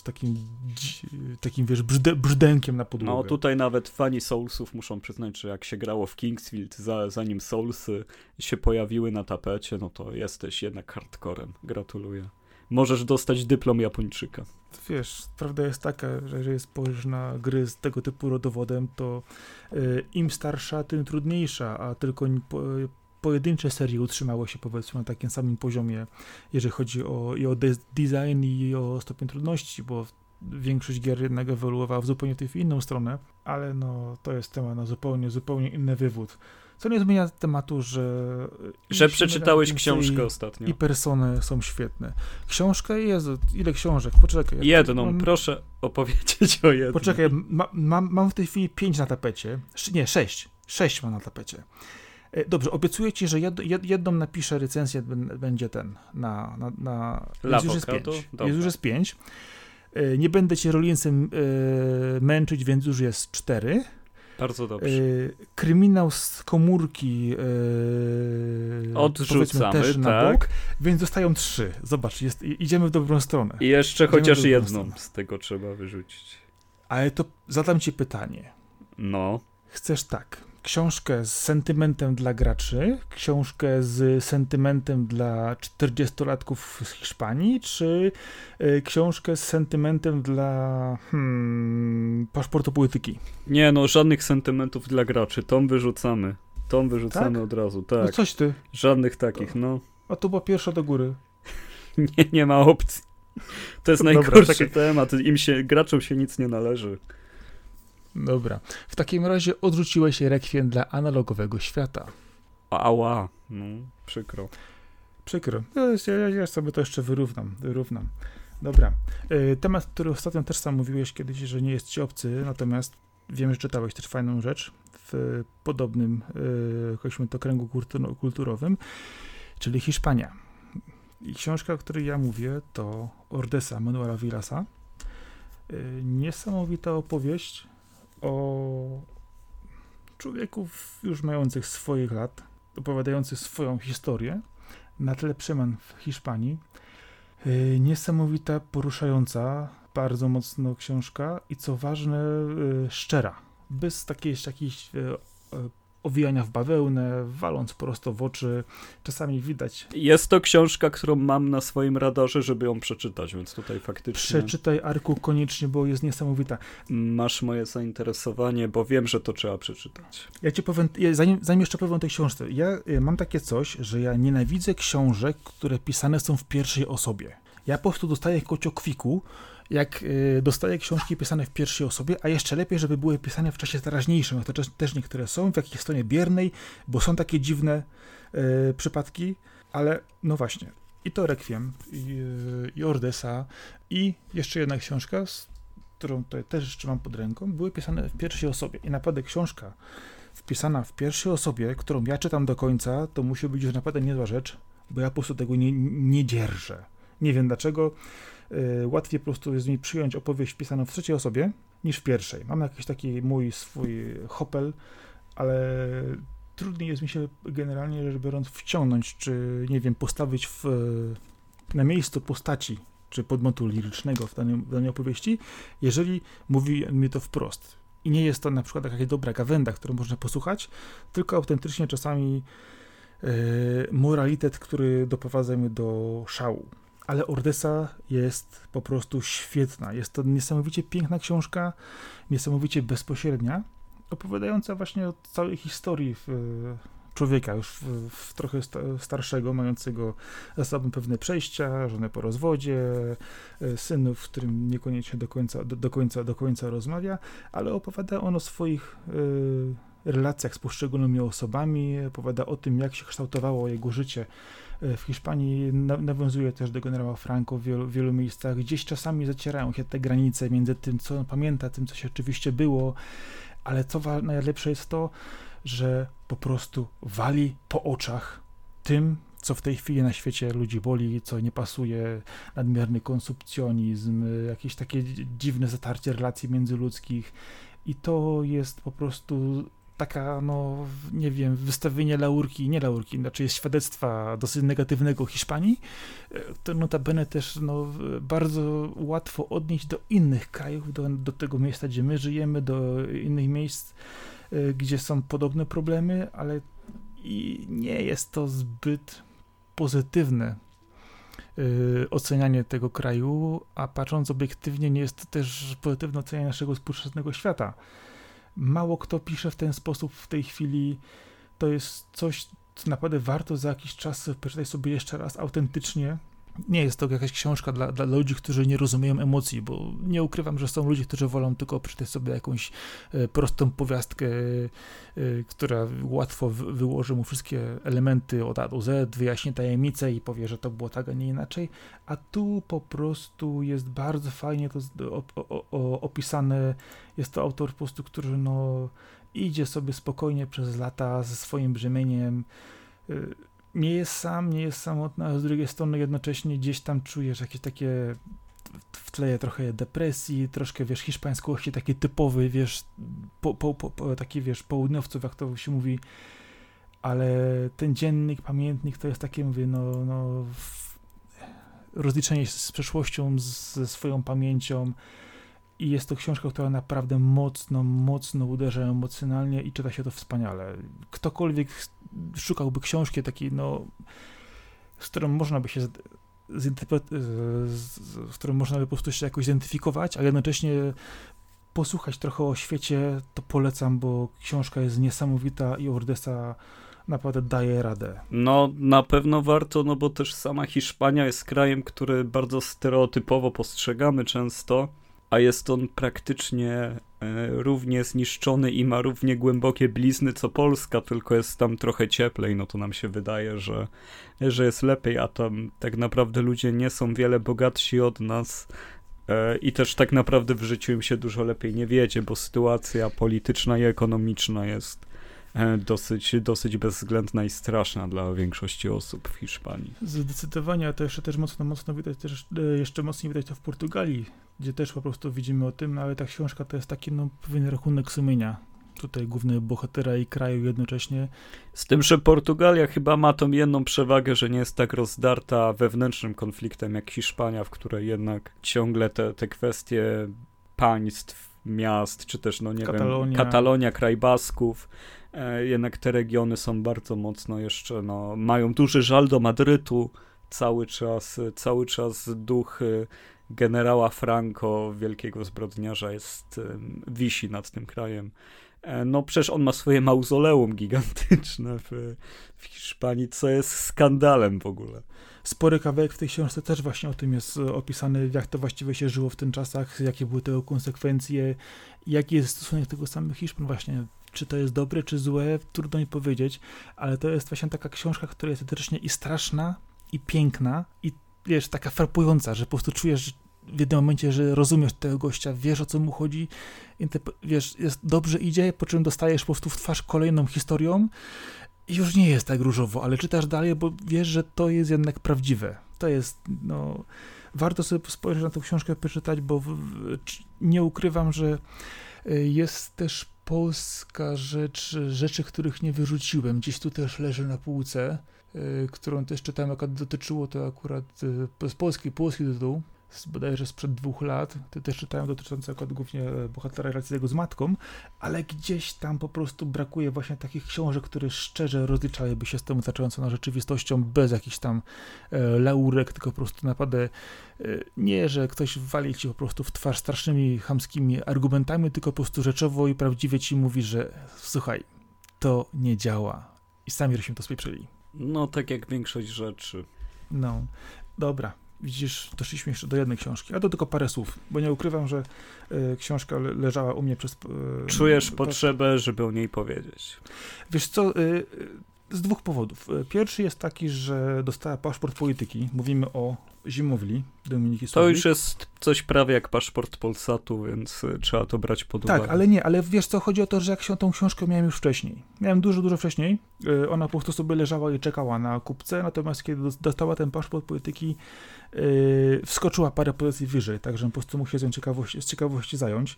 takim wiesz, brzdękiem na podłogę. No tutaj nawet fani Soulsów muszą przyznać, że jak się grało w Kingsfield, zanim Soulsy się pojawiły na tapecie, no to jesteś jednak hardcorem. Gratuluję. Możesz dostać dyplom Japończyka. Wiesz, prawda jest taka, że jeżeli spojrzysz na gry z tego typu rodowodem, to im starsza, tym trudniejsza, a tylko pojedyncze serie utrzymały się, powiedzmy, na takim samym poziomie, jeżeli chodzi o design i o stopień trudności, bo większość gier jednak ewoluowała w zupełnie w inną stronę, ale no to jest temat na zupełnie inny wywód. Co nie zmienia tematu, że przeczytałeś książkę ostatnio. I Persony są świetne. Książka jest... Ile książek? Poczekaj. Jedną, proszę opowiedzieć o jednej. Poczekaj, mam w tej chwili 5 na tapecie. Nie, 6. 6 mam na tapecie. Dobrze, obiecuję ci, że jedną napiszę recenzję, będzie już jest 5. Już jest 5. Nie będę cię Rollinsem męczyć, więc już jest 4. Bardzo dobrze. Kryminał z komórki odrzucamy, też na bok, więc zostają 3. Zobacz, idziemy w dobrą stronę. I jeszcze chociaż jedną z tego trzeba wyrzucić. Ale to zadam ci pytanie. No. Chcesz tak. książkę z sentymentem dla graczy, książkę z sentymentem dla 40-latków z Hiszpanii, czy książkę z sentymentem dla paszportu polityki? Nie, no żadnych sentymentów dla graczy, tom wyrzucamy. Tom wyrzucamy Tak? od razu, tak. No coś ty. Żadnych takich, no. A to była pierwsza do góry. Nie ma opcji. To jest Dobra, najgorszy temat, graczom się nic nie należy. Dobra. W takim razie odrzuciłeś rekwiem dla analogowego świata. Ała, no, przykro. Przykro. Ja sobie to jeszcze wyrównam. Dobra. Temat, który ostatnio też sam mówiłeś kiedyś, że nie jest ci obcy, natomiast wiem, że czytałeś też fajną rzecz w podobnym, powiedzmy to, kręgu kulturowym, czyli Hiszpania. I książka, o której ja mówię, to Ordesa Manuela Villasa. Niesamowita opowieść o człowieku już mających swoich lat, opowiadających swoją historię na tle przemian w Hiszpanii. Niesamowita, poruszająca, bardzo mocno książka i co ważne, szczera. Bez jakichś owijania w bawełnę, waląc prosto w oczy. Czasami widać. Jest to książka, którą mam na swoim radarze, żeby ją przeczytać, więc tutaj faktycznie... Przeczytaj, Arku, koniecznie, bo jest niesamowita. Masz moje zainteresowanie, bo wiem, że to trzeba przeczytać. Ja ci powiem, zanim jeszcze powiem o tej książce, ja mam takie coś, że ja nienawidzę książek, które pisane są w pierwszej osobie. Ja po prostu dostaję kociokwiku, jak dostaję książki pisane w pierwszej osobie, a jeszcze lepiej, żeby były pisane w czasie teraźniejszym, jak to też niektóre są, w jakiejś stronie biernej, bo są takie dziwne przypadki, ale no właśnie, i to Requiem, i Ordesa, i jeszcze jedna książka, którą tutaj też jeszcze mam pod ręką, były pisane w pierwszej osobie. I naprawdę książka wpisana w pierwszej osobie, którą ja czytam do końca, to musi być już naprawdę niezła rzecz, bo ja po prostu tego nie dzierżę. Nie wiem dlaczego. Łatwiej po prostu jest mi przyjąć opowieść pisaną w trzeciej osobie niż w pierwszej. Mam jakiś taki swój hopel, ale trudniej jest mi się generalnie rzecz biorąc wciągnąć, czy nie wiem, postawić na miejscu postaci, czy podmiotu lirycznego w danej opowieści, jeżeli mówi mi to wprost. I nie jest to na przykład jakaś dobra gawęda, którą można posłuchać, tylko autentycznie czasami moralitet, który doprowadza mnie do szału. Ale Ordesa jest po prostu świetna. Jest to niesamowicie piękna książka, niesamowicie bezpośrednia, opowiadająca właśnie o całej historii człowieka, już trochę starszego, mającego za sobą pewne przejścia, żonę po rozwodzie, synów, z którym niekoniecznie do końca rozmawia, ale opowiada on o swoich relacjach z poszczególnymi osobami, opowiada o tym, jak się kształtowało jego życie w Hiszpanii, nawiązuje też do generała Franco w wielu miejscach. Gdzieś czasami zacierają się te granice między tym, co on pamięta, tym, co się oczywiście było, ale co najlepsze jest to, że po prostu wali po oczach tym, co w tej chwili na świecie ludzi boli, co nie pasuje, nadmierny konsumpcjonizm, jakieś takie dziwne zatarcie relacji międzyludzkich i to jest po prostu taka, no nie wiem, wystawienie znaczy jest świadectwa dosyć negatywnego Hiszpanii, to notabene też bardzo łatwo odnieść do innych krajów, do tego miejsca, gdzie my żyjemy, do innych miejsc, gdzie są podobne problemy, ale i nie jest to zbyt pozytywne ocenianie tego kraju, a patrząc obiektywnie nie jest to też pozytywne ocenianie naszego współczesnego świata. Mało kto pisze w ten sposób w tej chwili. To jest coś, co naprawdę warto za jakiś czas przeczytać sobie jeszcze raz autentycznie. Nie jest to jakaś książka dla ludzi, którzy nie rozumieją emocji, bo nie ukrywam, że są ludzie, którzy wolą tylko przeczytać sobie jakąś prostą powiastkę, która łatwo wyłoży mu wszystkie elementy od A do Z, wyjaśni tajemnicę i powie, że to było tak, a nie inaczej. A tu po prostu jest bardzo fajnie to opisane. Jest to autor po prostu, który idzie sobie spokojnie przez lata ze swoim brzemieniem. Nie jest sam, nie jest samotny, a z drugiej strony jednocześnie gdzieś tam czujesz jakieś takie w tle trochę depresji, troszkę, hiszpańskości, taki typowy, taki, południowców, jak to się mówi, ale ten dziennik, pamiętnik to jest takie, mówię, rozliczenie się z przeszłością, ze swoją pamięcią i jest to książka, która naprawdę mocno uderza emocjonalnie i czyta się to wspaniale. Ktokolwiek szukałby książki takiej, no, z którą można by się z którą można by po prostu się jakoś zidentyfikować, a jednocześnie posłuchać trochę o świecie, to polecam, bo książka jest niesamowita i Ordesa naprawdę daje radę. No, na pewno warto, no bo też sama Hiszpania jest krajem, który bardzo stereotypowo postrzegamy często, a jest on praktycznie równie zniszczony i ma równie głębokie blizny co Polska, tylko jest tam trochę cieplej, no to nam się wydaje, że jest lepiej, a tam tak naprawdę ludzie nie są wiele bogatsi od nas i też tak naprawdę w życiu im się dużo lepiej nie wiedzie, bo sytuacja polityczna i ekonomiczna jest dosyć bezwzględna i straszna dla większości osób w Hiszpanii. Zdecydowanie, a to jeszcze też mocno widać, jeszcze mocniej widać to w Portugalii, gdzie też po prostu widzimy o tym, no ale ta książka to jest taki, no, pewien rachunek sumienia. Tutaj główny bohatera i kraju jednocześnie. Z tym, że Portugalia chyba ma tą jedną przewagę, że nie jest tak rozdarta wewnętrznym konfliktem jak Hiszpania, w której jednak ciągle te kwestie państw, miast, czy też, no nie wiem, Katalonia, kraj Basków, jednak te regiony są bardzo mocno jeszcze, no, mają duży żal do Madrytu, cały czas duch generała Franco, wielkiego zbrodniarza, wisi nad tym krajem. No przecież on ma swoje mauzoleum gigantyczne w Hiszpanii, co jest skandalem w ogóle. Spory kawałek w tej książce też właśnie o tym jest opisany, jak to właściwie się żyło w tych czasach, jakie były tego konsekwencje, jaki jest stosunek tego samych Hiszpan właśnie. Czy to jest dobre, czy złe, trudno mi powiedzieć, ale to jest właśnie taka książka, która jest etycznie i straszna, i piękna, i wiesz, taka frapująca, że po prostu czujesz w jednym momencie, że rozumiesz tego gościa, wiesz, o co mu chodzi, wiesz, dobrze idzie, po czym dostajesz po prostu w twarz kolejną historią i już nie jest tak różowo, ale czytasz dalej, bo wiesz, że to jest jednak prawdziwe. To jest, no, warto sobie spojrzeć na tę książkę, przeczytać, bo nie ukrywam, że jest też polska rzeczy, których nie wyrzuciłem. Gdzieś tu też leży na półce, którą też czytałem, jak dotyczyło to akurat z polski tytuł, bodajże sprzed 2 lat. To też czytałem dotyczące akurat głównie bohatera relacyjnego z matką, ale gdzieś tam po prostu brakuje właśnie takich książek, które szczerze rozliczałyby się z tą otaczającą rzeczywistością, bez jakichś tam laurek, tylko po prostu naprawdę nie, że ktoś wali ci po prostu w twarz strasznymi, chamskimi argumentami, tylko po prostu rzeczowo i prawdziwie ci mówi, że słuchaj, to nie działa. I sami żeśmy to spieprzyli. No, tak jak większość rzeczy. No, dobra. Widzisz, doszliśmy jeszcze do jednej książki, a to tylko parę słów, bo nie ukrywam, że książka leżała u mnie przez... Czujesz potrzebę, żeby o niej powiedzieć. Wiesz co, z 2 powodów. Pierwszy jest taki, że dostała paszport polityki. Mówimy o Zimowli, Dominiki Słowik. To już jest coś prawie jak paszport Polsatu, więc trzeba to brać pod uwagę. Tak, ale wiesz co, chodzi o to, że jak się tą książkę miałem już wcześniej. Miałem dużo wcześniej. Ona po prostu sobie leżała i czekała na kupce, natomiast kiedy dostała ten paszport polityki, wskoczyła parę pozycji wyżej, także po prostu musiał się z ciekawości zająć.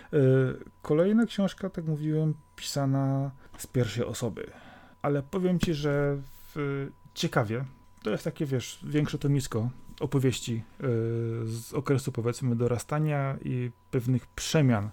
Kolejna książka, tak mówiłem, pisana z pierwszej osoby. Ale powiem ci, że ciekawie, to jest takie, wiesz, większe tomisko opowieści z okresu, powiedzmy, dorastania i pewnych przemian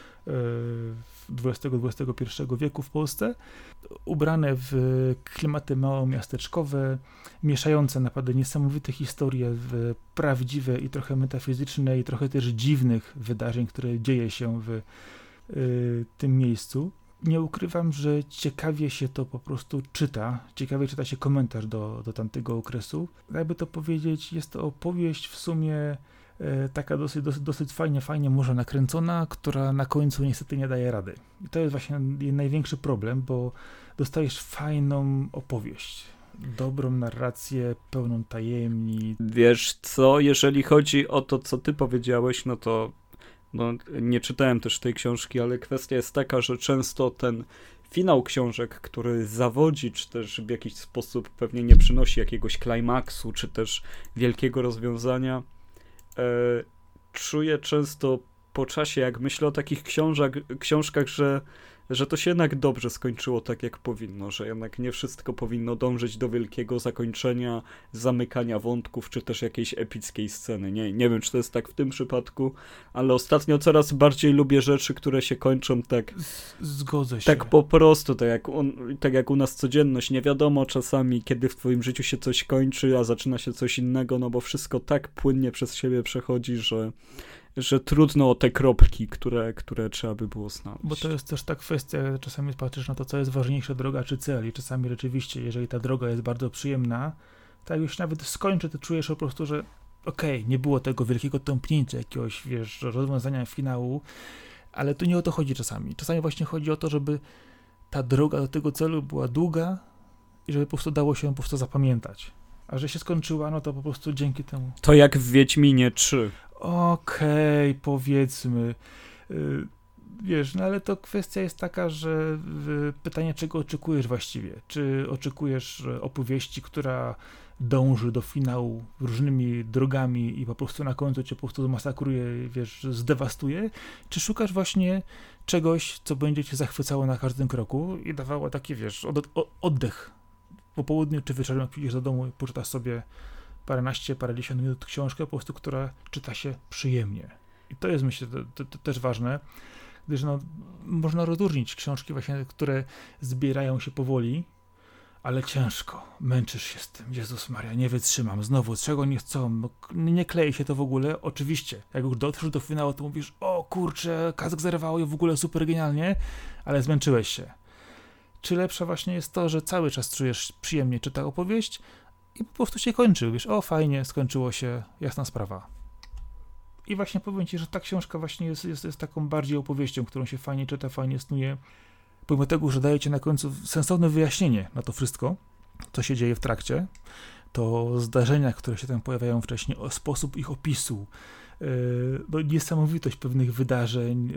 XX-XXI wieku w Polsce, ubrane w klimaty małomiasteczkowe, mieszające naprawdę niesamowite historie w prawdziwe i trochę metafizyczne i trochę też dziwnych wydarzeń, które dzieje się w tym miejscu. Nie ukrywam, że ciekawie się to po prostu czyta, ciekawie czyta się komentarz do tamtego okresu. Jakby to powiedzieć, jest to opowieść w sumie taka dosyć fajnie może nakręcona, która na końcu niestety nie daje rady. I to jest właśnie największy problem, bo dostajesz fajną opowieść, dobrą narrację, pełną tajemnic. Wiesz co, jeżeli chodzi o to, co ty powiedziałeś, no to nie czytałem też tej książki, ale kwestia jest taka, że często ten finał książek, który zawodzi, czy też w jakiś sposób pewnie nie przynosi jakiegoś klimaksu, czy też wielkiego rozwiązania, czuję często po czasie, jak myślę o takich książkach, że to się jednak dobrze skończyło tak, jak powinno, że jednak nie wszystko powinno dążyć do wielkiego zakończenia, zamykania wątków, czy też jakiejś epickiej sceny. Nie wiem, czy to jest tak w tym przypadku, ale ostatnio coraz bardziej lubię rzeczy, które się kończą tak... Zgodzę się. Tak po prostu, tak jak u nas codzienność. Nie wiadomo czasami, kiedy w twoim życiu się coś kończy, a zaczyna się coś innego, no bo wszystko tak płynnie przez siebie przechodzi, że trudno o te kropki, które trzeba by było znaleźć. Bo to jest też ta kwestia, czasami patrzysz na to, co jest ważniejsze, droga czy cel, i czasami rzeczywiście, jeżeli ta droga jest bardzo przyjemna, to jak już nawet skończy, to czujesz po prostu, że okej, nie było tego wielkiego tąpnięcia, jakiegoś, wiesz, rozwiązania finału, ale tu nie o to chodzi czasami. Czasami właśnie chodzi o to, żeby ta droga do tego celu była długa i żeby po prostu dało się po prostu zapamiętać. A że się skończyła, no to po prostu dzięki temu. To jak w Wiedźminie 3. Okej, powiedzmy. Wiesz, no ale to kwestia jest taka, że pytanie, czego oczekujesz właściwie? Czy oczekujesz opowieści, która dąży do finału różnymi drogami i po prostu na końcu cię po prostu zmasakruje, wiesz, zdewastuje? Czy szukasz właśnie czegoś, co będzie cię zachwycało na każdym kroku i dawało taki, wiesz, oddech po południu czy wieczorem, jak przyjdziesz do domu i poczytasz sobie parędziesiąt minut książkę, po prostu, która czyta się przyjemnie. I to jest, myślę, to też ważne, gdyż no, można rozróżnić książki właśnie, które zbierają się powoli, ale ciężko, męczysz się z tym, Jezus Maria, nie wytrzymam, znowu, czego nie chcą, no, nie klei się to w ogóle, oczywiście, jak już dotrzesz do finału, to mówisz, o kurczę, kask zerwało i w ogóle super genialnie, ale zmęczyłeś się. Czy lepsze właśnie jest to, że cały czas czujesz przyjemnie czyta opowieść i po prostu się kończy, wiesz, o fajnie, skończyło się, jasna sprawa. I właśnie powiem ci, że ta książka właśnie jest taką bardziej opowieścią, którą się fajnie czyta, fajnie snuje, pomimo tego, że daje ci na końcu sensowne wyjaśnienie na to wszystko, co się dzieje w trakcie, to zdarzenia, które się tam pojawiają wcześniej, sposób ich opisu, no, niesamowitość pewnych wydarzeń,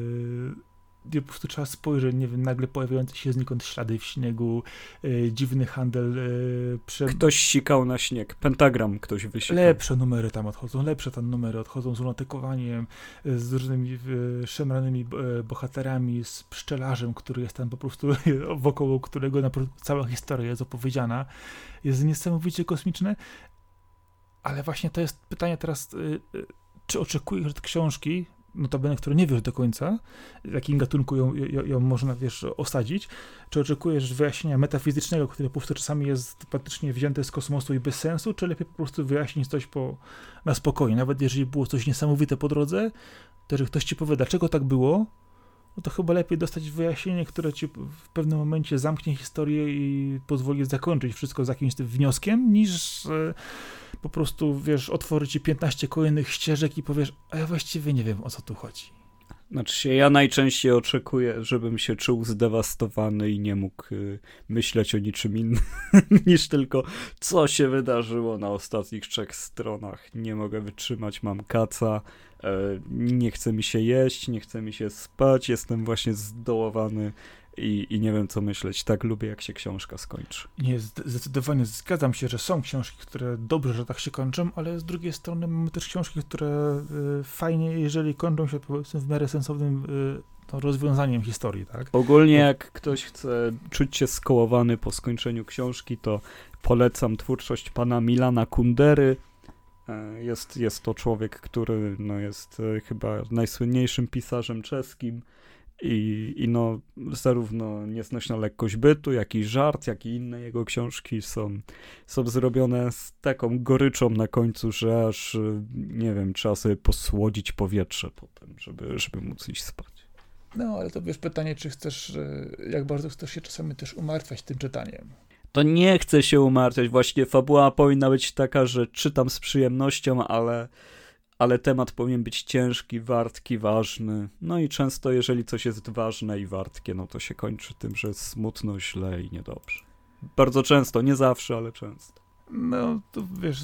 gdzie po prostu trzeba spojrzeć, nie wiem, nagle pojawiające się znikąd ślady w śniegu, dziwny handel. Ktoś sikał na śnieg, pentagram ktoś wysikał. Lepsze numery tam odchodzą z lunatykowaniem, z różnymi szemranymi bohaterami, z pszczelarzem, który jest tam po prostu wokoło którego cała historia jest opowiedziana. Jest niesamowicie kosmiczne, ale właśnie to jest pytanie teraz, czy oczekujesz od książki, notabene, które nie wiesz do końca, w jakim gatunku ją można, wiesz, osadzić, czy oczekujesz wyjaśnienia metafizycznego, które po prostu czasami jest praktycznie wzięte z kosmosu i bez sensu, czy lepiej po prostu wyjaśnić coś na spokojnie, nawet jeżeli było coś niesamowite po drodze, to jeżeli ktoś ci powie, dlaczego tak było, no to chyba lepiej dostać wyjaśnienie, które ci w pewnym momencie zamknie historię i pozwoli zakończyć wszystko z jakimś tym wnioskiem, niż po prostu, wiesz, otworzy ci 15 kolejnych ścieżek i powiesz, a ja właściwie nie wiem, o co tu chodzi. Znaczy ja najczęściej oczekuję, żebym się czuł zdewastowany i nie mógł myśleć o niczym innym niż tylko co się wydarzyło na ostatnich 3 stronach. Nie mogę wytrzymać, mam kaca, nie chce mi się jeść, nie chce mi się spać, jestem właśnie zdołowany i nie wiem co myśleć. Tak lubię, jak się książka skończy. Nie, zdecydowanie zgadzam się, że są książki, które dobrze, że tak się kończą, ale z drugiej strony mamy też książki, które fajnie, jeżeli kończą się powiedzmy w miarę sensownym rozwiązaniem historii, tak? Ogólnie jak ktoś chce czuć się skołowany po skończeniu książki, to polecam twórczość pana Milana Kundery. Jest to człowiek, który jest chyba najsłynniejszym pisarzem czeskim i no zarówno Nieznośna lekkość bytu, jak i Żart, jak i inne jego książki są zrobione z taką goryczą na końcu, że aż nie wiem, trzeba sobie posłodzić powietrze potem, żeby móc iść spać. No, ale to wiesz, pytanie, czy chcesz, jak bardzo chcesz się czasami też umartwiać tym czytaniem. To nie chcę się umartwiać, właśnie fabuła powinna być taka, że czytam z przyjemnością, ale temat powinien być ciężki, wartki, ważny. No i często, jeżeli coś jest ważne i wartkie, no to się kończy tym, że jest smutno, źle i niedobrze. Bardzo często, nie zawsze, ale często. No, to wiesz,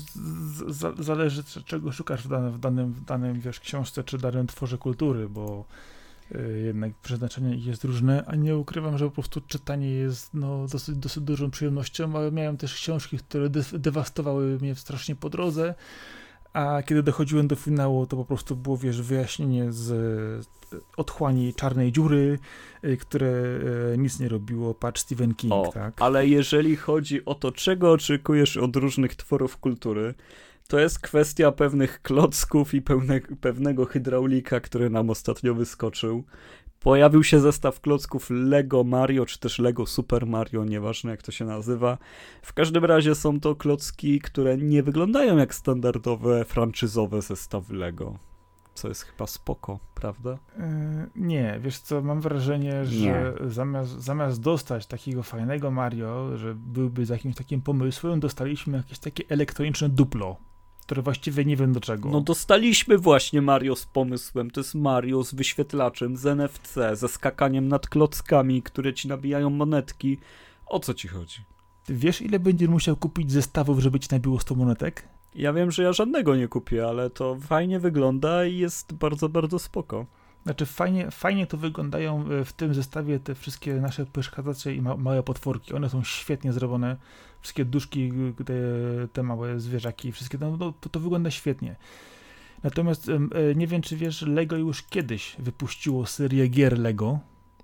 zależy czego szukasz w danym wiesz, książce czy danym tworze kultury, bo jednak przeznaczenie jest różne, a nie ukrywam, że po prostu czytanie jest dosyć dużą przyjemnością, ale miałem też książki, które dewastowały mnie strasznie po drodze, a kiedy dochodziłem do finału, to po prostu było, wyjaśnienie z otchłani czarnej dziury, które nic nie robiło, patrz Stephen King, tak? Ale jeżeli chodzi o to, czego oczekujesz od różnych tworów kultury, to jest kwestia pewnych klocków i pewnego hydraulika, który nam ostatnio wyskoczył. Pojawił się zestaw klocków Lego Mario, czy też Lego Super Mario, nieważne jak to się nazywa. W każdym razie są to klocki, które nie wyglądają jak standardowe, franczyzowe zestawy Lego. Co jest chyba spoko, prawda? Nie, wiesz co, mam wrażenie, że zamiast dostać takiego fajnego Mario, że byłby z jakimś takim pomysłem, dostaliśmy jakieś takie elektroniczne duplo, które właściwie nie wiem do czego. No dostaliśmy właśnie Mario z pomysłem. To jest Mario z wyświetlaczem, z NFC, ze skakaniem nad klockami, które ci nabijają monetki. O co ci chodzi? Ty wiesz, ile będziesz musiał kupić zestawów, żeby ci nabiło 100 monetek? Ja wiem, że ja żadnego nie kupię, ale to fajnie wygląda i jest bardzo, bardzo spoko. Znaczy fajnie to wyglądają w tym zestawie te wszystkie nasze pyszkadacze i małe potworki. One są świetnie zrobione. Wszystkie duszki, te małe zwierzaki, wszystkie to wygląda świetnie. Natomiast nie wiem, czy wiesz, Lego już kiedyś wypuściło serię gier Lego,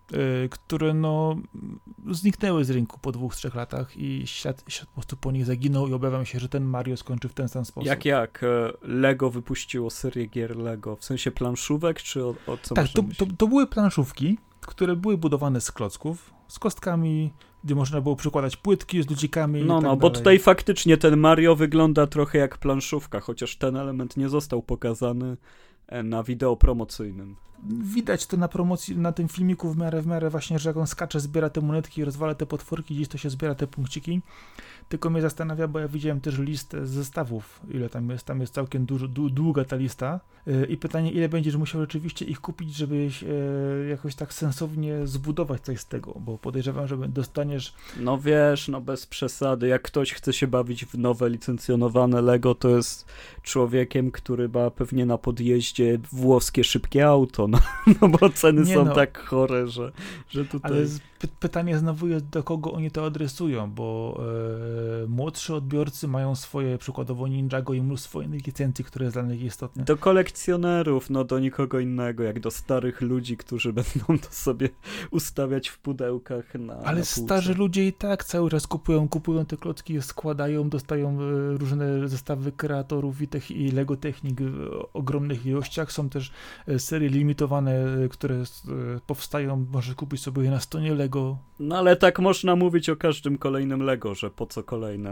które zniknęły z rynku po 2-3 latach i świat po prostu po nich zaginął i obawiam się, że ten Mario skończy w ten sam sposób. Jak Lego wypuściło serię gier Lego? W sensie planszówek, czy o co tak, można myśleć? To były planszówki, które były budowane z klocków, z kostkami, gdzie można było przykładać płytki z ludzikami. Bo tutaj faktycznie ten Mario wygląda trochę jak planszówka, chociaż ten element nie został pokazany na wideo promocyjnym. Widać to na promocji, na tym filmiku w miarę właśnie, że jak on skacze, zbiera te monetki, rozwala te potworki, gdzieś to się zbiera te punkciki. Tylko mnie zastanawia, bo ja widziałem też listę zestawów, ile tam jest całkiem długa ta lista i pytanie, ile będziesz musiał rzeczywiście ich kupić, żebyś jakoś tak sensownie zbudować coś z tego, bo podejrzewam, że dostaniesz... No wiesz, bez przesady, jak ktoś chce się bawić w nowe licencjonowane Lego, to jest człowiekiem, który ma pewnie na podjeździe włoskie szybkie auto, bo ceny są tak chore, że tutaj... Ale pytanie znowu jest, do kogo oni to adresują, bo młodszy odbiorcy mają swoje, przykładowo Ninjago i mnóstwo innych licencji, które jest dla nich istotne. Do kolekcjonerów, do nikogo innego, jak do starych ludzi, którzy będą to sobie ustawiać w pudełkach Ale na starzy ludzie i tak cały czas kupują te klocki, składają, dostają różne zestawy kreatorów i Lego Technik w ogromnych ilościach. Są też serie limitowane, które powstają, możesz kupić sobie je na stronie Lego. Ale tak można mówić o każdym kolejnym Lego, że po co kolejne,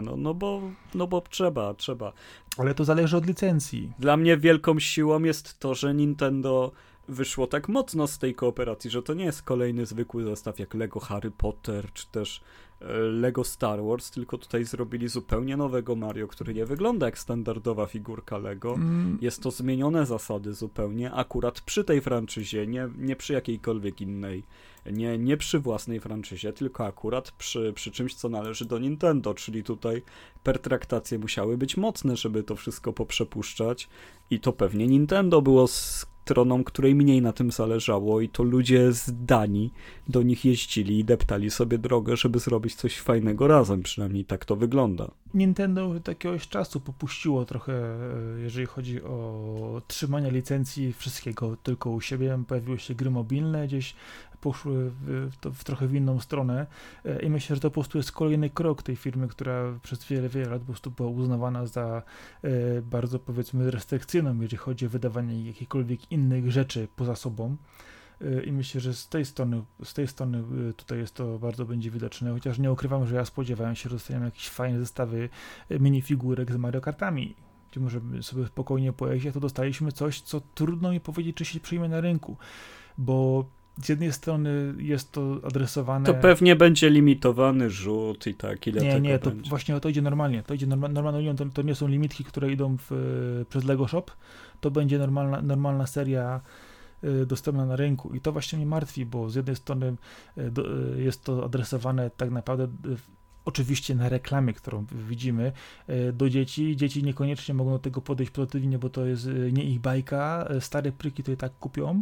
bo trzeba. Ale to zależy od licencji. Dla mnie wielką siłą jest to, że Nintendo wyszło tak mocno z tej kooperacji, że to nie jest kolejny zwykły zestaw jak Lego Harry Potter, czy też Lego Star Wars, tylko tutaj zrobili zupełnie nowego Mario, który nie wygląda jak standardowa figurka Lego. Jest to zmienione zasady zupełnie, akurat przy tej franczyzie, nie przy jakiejkolwiek innej. Nie przy własnej franczyzie, tylko akurat przy czymś, co należy do Nintendo, czyli tutaj pertraktacje musiały być mocne, żeby to wszystko poprzepuszczać i to pewnie Nintendo było stroną, której mniej na tym zależało i to ludzie z Danii do nich jeździli i deptali sobie drogę, żeby zrobić coś fajnego razem, przynajmniej tak to wygląda. Nintendo od jakiegoś czasu popuściło trochę, jeżeli chodzi o trzymanie licencji wszystkiego tylko u siebie. Pojawiły się gry mobilne, gdzieś poszły w trochę w inną stronę i myślę, że to po prostu jest kolejny krok tej firmy, która przez wiele lat po prostu była uznawana za bardzo, powiedzmy, restrykcyjną, jeżeli chodzi o wydawanie jakichkolwiek innych rzeczy poza sobą. I myślę, że z tej strony tutaj jest to bardzo będzie widoczne, chociaż nie ukrywam, że ja spodziewałem się, że dostaniemy jakieś fajne zestawy minifigurek z Mario Kartami, gdzie możemy sobie spokojnie pojeździć, a tu dostaliśmy coś, co trudno mi powiedzieć, czy się przyjmie na rynku, bo z jednej strony jest to adresowane... To pewnie będzie limitowany rzut i tak, ile tego Nie, to będzie. właśnie to idzie normalnie. To idzie normalną linią, to nie są limitki, które idą przez Lego Shop, to będzie normalna seria dostępna na rynku i to właśnie mnie martwi, bo z jednej strony jest to adresowane tak naprawdę oczywiście na reklamie, którą widzimy, do dzieci. Dzieci niekoniecznie mogą do tego podejść pozytywnie, bo to jest nie ich bajka. Stare pryki to i tak kupią,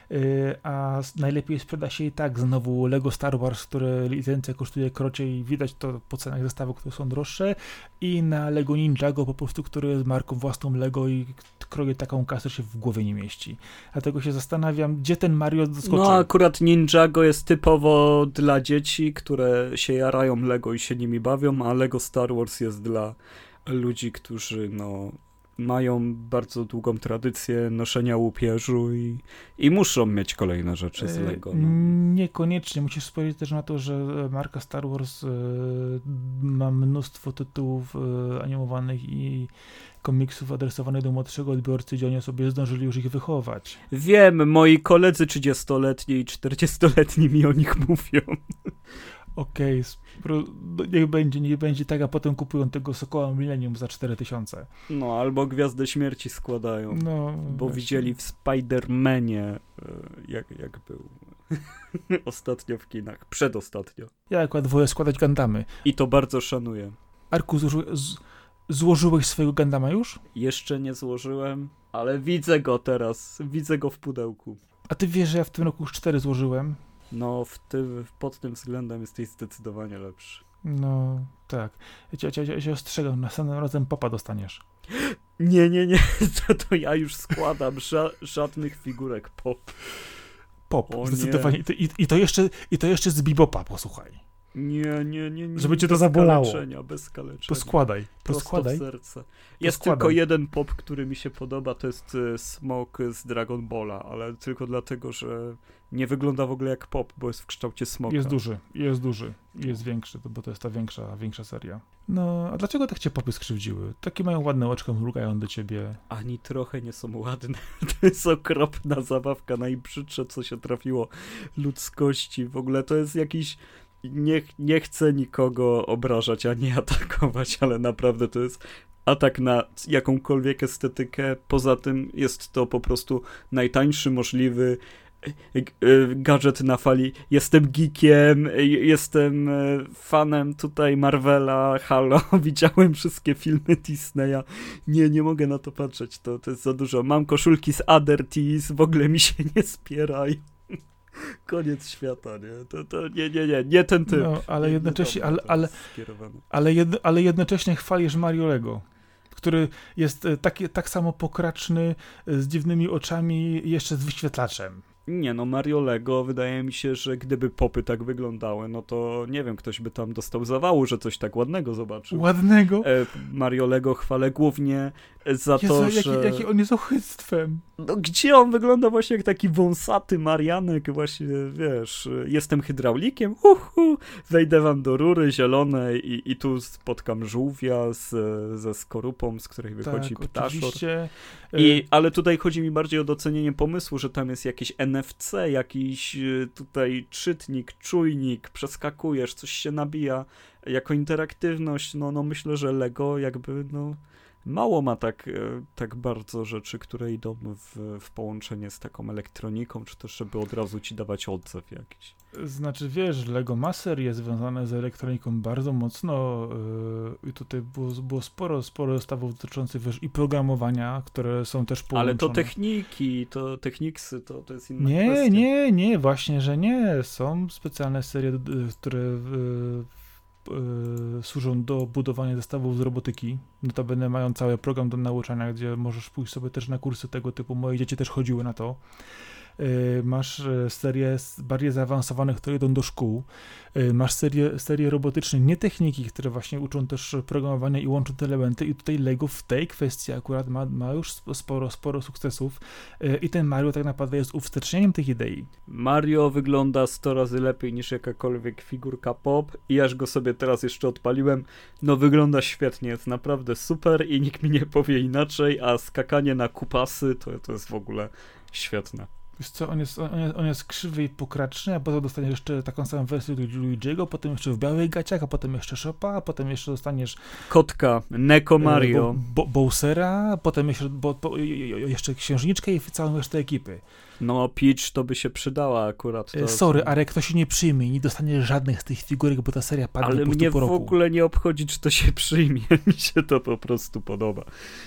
a najlepiej sprzeda się i tak znowu Lego Star Wars, które licencja kosztuje krocie, widać to po cenach zestawów, które są droższe, i na Lego Ninjago po prostu, który jest marką własną Lego i kroje taką kasę, się w głowie nie mieści. Dlatego się zastanawiam, gdzie ten Mario doskoczył. No akurat Ninjago jest typowo dla dzieci, które się jarają Lego i się nimi bawią, a Lego Star Wars jest dla ludzi, którzy mają bardzo długą tradycję noszenia łupieżu i muszą mieć kolejne rzeczy z Lego. No. Niekoniecznie. Musisz spojrzeć też na to, że marka Star Wars ma mnóstwo tytułów animowanych i komiksów adresowanych do młodszego odbiorcy, gdzie oni sobie zdążyli już ich wychować. Wiem, moi koledzy 30-letni i 40-letni mi o nich mówią. Okej, niech będzie tak, a potem kupują tego Sokoła Millennium za 4000. No, albo Gwiazdę Śmierci składają, bo właśnie. widzieli w Spider-Manie, jak był ostatnio w kinach, przedostatnio. Ja akurat wolę składać Gundamy. I to bardzo szanuję. Arku, złożyłeś swojego Gundama już? Jeszcze nie złożyłem, ale widzę go teraz, widzę go w pudełku. A ty wiesz, że ja w tym roku już 4 złożyłem? No, pod tym względem jesteś zdecydowanie lepszy. No, tak. Ja cię ostrzegam, następnym razem popa dostaniesz. Nie, to ja już składam żadnych figurek Pop, o zdecydowanie. Nie. I to jeszcze z Bebopa, posłuchaj. Nie. Żeby cię to zabolało. Bez kaleczenia. To składaj. Prosto w serce. Jest tylko jeden pop, który mi się podoba, to jest Smok z Dragon Balla, ale tylko dlatego, że nie wygląda w ogóle jak pop, bo jest w kształcie smoka. Jest duży. Jest większy, bo to jest ta większa seria. No, a dlaczego tak cię popy skrzywdziły? Takie mają ładne oczka, mrugają do ciebie. Ani trochę nie są ładne. To jest okropna zabawka, najbrzydsze, co się trafiło ludzkości. W ogóle to jest jakiś... Nie chcę nikogo obrażać ani atakować, ale naprawdę to jest atak na jakąkolwiek estetykę. Poza tym jest to po prostu najtańszy możliwy gadżet na fali. Jestem geekiem, jestem fanem tutaj Marvela, halo, widziałem wszystkie filmy Disneya. Nie mogę na to patrzeć, to jest za dużo. Mam koszulki z Other Tees, w ogóle mi się nie spierają. Koniec świata, nie? To nie ten typ. No, ale jednocześnie, ale jednocześnie chwalisz Mario Lego, który jest tak samo pokraczny, z dziwnymi oczami, jeszcze z wyświetlaczem. Nie, Mario Lego, wydaje mi się, że gdyby popy tak wyglądały, no to nie wiem, ktoś by tam dostał zawału, że coś tak ładnego zobaczył. Ładnego? Mario Lego chwalę głównie za Jezu, to, że... Jaki on jest ochyctwem. No gdzie on wygląda właśnie jak taki wąsaty Marianek, właśnie, wiesz, jestem hydraulikiem, wejdę wam do rury zielonej i tu spotkam żółwia ze skorupą, z której wychodzi ptaszor. Oczywiście. Ale tutaj chodzi mi bardziej o docenienie pomysłu, że tam jest jakieś NFC, jakiś tutaj czytnik, czujnik, przeskakujesz, coś się nabija, jako interaktywność, no myślę, że Lego jakby, mało ma tak bardzo rzeczy, które idą w połączenie z taką elektroniką, czy też żeby od razu ci dawać odzew jakiś. Znaczy, wiesz, Lego ma serię związane z elektroniką bardzo mocno i tutaj było sporo zestawów dotyczących, wiesz, i programowania, które są też połączone. Ale to techniksy, to jest inna kwestia. Nie, właśnie, że nie. Są specjalne serie, które służą do budowania zestawów z robotyki. Notabene mają cały program do nauczania, gdzie możesz pójść sobie też na kursy tego typu. Moje dzieci też chodziły na to. Masz serię bardziej zaawansowanych, które idą do szkół. Masz serię robotyczne, nie techniki, które właśnie uczą też programowania i łączą te elementy i tutaj Lego w tej kwestii akurat ma już sporo sukcesów i ten Mario tak naprawdę jest uwstecznieniem tych idei. Mario wygląda 100 razy lepiej niż jakakolwiek figurka pop i aż go sobie teraz jeszcze odpaliłem, wygląda świetnie, jest naprawdę super i nikt mi nie powie inaczej, a skakanie na kupasy to jest w ogóle świetne. Wiesz co, on jest krzywy i pokraczny, a potem dostaniesz jeszcze taką samą wersję Luigi'ego, potem jeszcze w białych gaciach, a potem jeszcze Shopa, a potem jeszcze dostaniesz Kotka, Neko Mario. Bowsera, potem jeszcze Księżniczkę i całą resztę ekipy. No, Peach to by się przydała akurat. Sorry, Arek, to się nie przyjmie, nie dostaniesz żadnych z tych figurek, bo ta seria padnie ale po mnie po roku. w ogóle nie obchodzi, czy to się przyjmie. Mi się to po prostu podoba.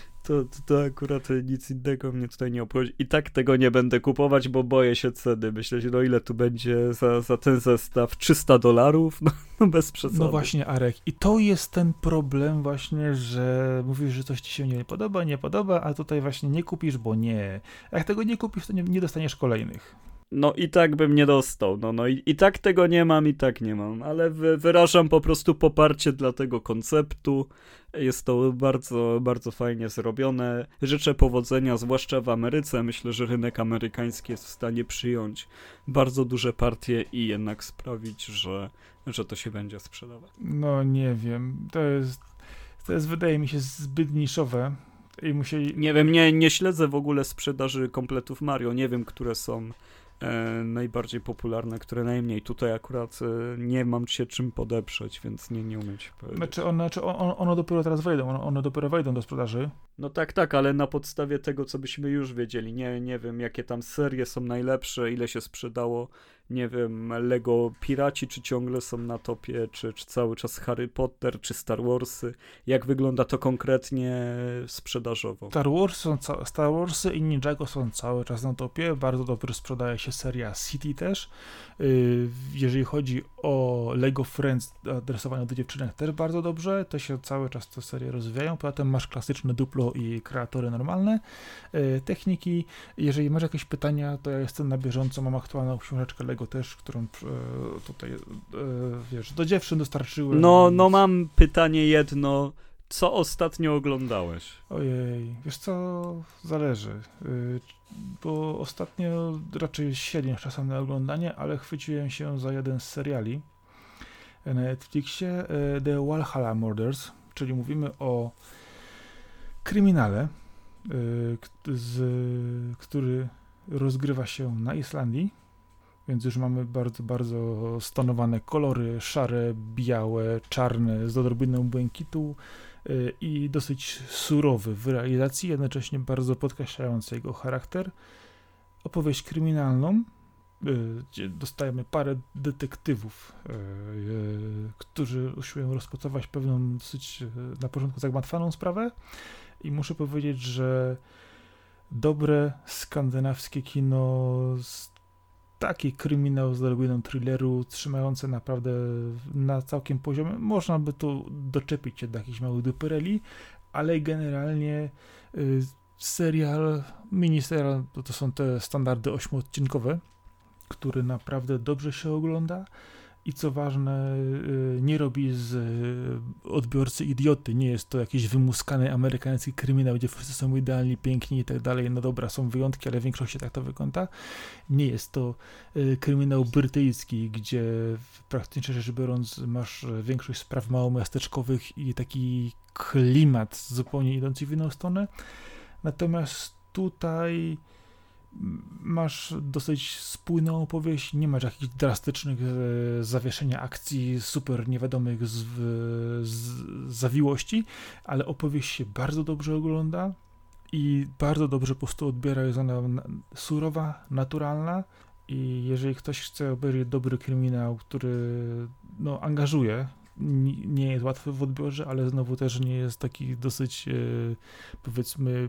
To akurat nic innego mnie tutaj nie obchodzi. I tak tego nie będę kupować, bo boję się ceny. Myślę, że no ile tu będzie za ten zestaw? $300? No bez przesady. No właśnie, Arek. I to jest ten problem właśnie, że mówisz, że coś ci się nie podoba, a tutaj właśnie nie kupisz, bo nie. A jak tego nie kupisz, to nie dostaniesz kolejnych. No i tak bym nie dostał. No i tak tego nie mam, ale wyrażam po prostu poparcie dla tego konceptu. Jest to bardzo, bardzo fajnie zrobione. Życzę powodzenia, zwłaszcza w Ameryce. Myślę, że rynek amerykański jest w stanie przyjąć bardzo duże partie i jednak sprawić, że to się będzie sprzedawać. No nie wiem. To jest wydaje mi się zbyt niszowe. Nie wiem, nie śledzę w ogóle sprzedaży kompletów Mario. Nie wiem, które są najbardziej popularne, które najmniej. Tutaj akurat nie mam się czym podeprzeć, więc nie umiem ci powiedzieć. One dopiero teraz wejdą, one dopiero wejdą do sprzedaży. No tak, ale na podstawie tego, co byśmy już wiedzieli. Nie wiem, jakie tam serie są najlepsze, ile się sprzedało. Nie wiem, Lego Piraci, czy ciągle są na topie, czy cały czas Harry Potter, czy Star Warsy. Jak wygląda to konkretnie sprzedażowo? Star Warsy i Ninjago są cały czas na topie. Bardzo dobrze sprzedaje się seria City też. Jeżeli chodzi o Lego Friends adresowane do dziewczynek, też bardzo dobrze. To się cały czas te serie rozwijają. Potem masz klasyczne Duplo i kreatory normalne. Techniki. Jeżeli masz jakieś pytania, to ja jestem na bieżąco. Mam aktualną książeczkę Lego też, którą tutaj wiesz, do dziewczyn dostarczyłem. No mam pytanie jedno. Co ostatnio oglądałeś? Ojej, wiesz co, zależy, bo ostatnio raczej średnio czasem na oglądanie, ale chwyciłem się za jeden z seriali na Netflixie, The Valhalla Murders, czyli mówimy o kryminale, który rozgrywa się na Islandii, więc już mamy bardzo, bardzo stonowane kolory, szare, białe, czarne, z odrobiną błękitu i dosyć surowy w realizacji, jednocześnie bardzo podkreślający jego charakter. Opowieść kryminalną, gdzie dostajemy parę detektywów, którzy usiłują rozpracować pewną dosyć na początku zagmatwaną sprawę i muszę powiedzieć, że dobre skandynawskie kino, taki kryminał z odrobiną thrilleru, trzymający naprawdę na całkiem poziomie. Można by tu doczepić się do jakichś małych dupereli, ale generalnie miniserial, to są te standardy 8-odcinkowe, który naprawdę dobrze się ogląda i co ważne, nie robi z odbiorcy idioty. Nie jest to jakiś wymuskany amerykański kryminał, gdzie wszyscy są idealni, piękni i tak dalej. No dobra, są wyjątki, ale w większości tak to wygląda. Nie jest to kryminał brytyjski, gdzie praktycznie rzecz biorąc masz większość spraw małomiasteczkowych i taki klimat zupełnie idący w inną stronę. Natomiast tutaj masz dosyć spójną opowieść, nie masz jakichś drastycznych zawieszenia akcji, super niewiadomych zawiłości, ale opowieść się bardzo dobrze ogląda i bardzo dobrze po prostu odbiera, jest ona surowa, naturalna i jeżeli ktoś chce obejrzeć dobry kryminał, który angażuje, nie jest łatwy w odbiorze, ale znowu też nie jest taki dosyć powiedzmy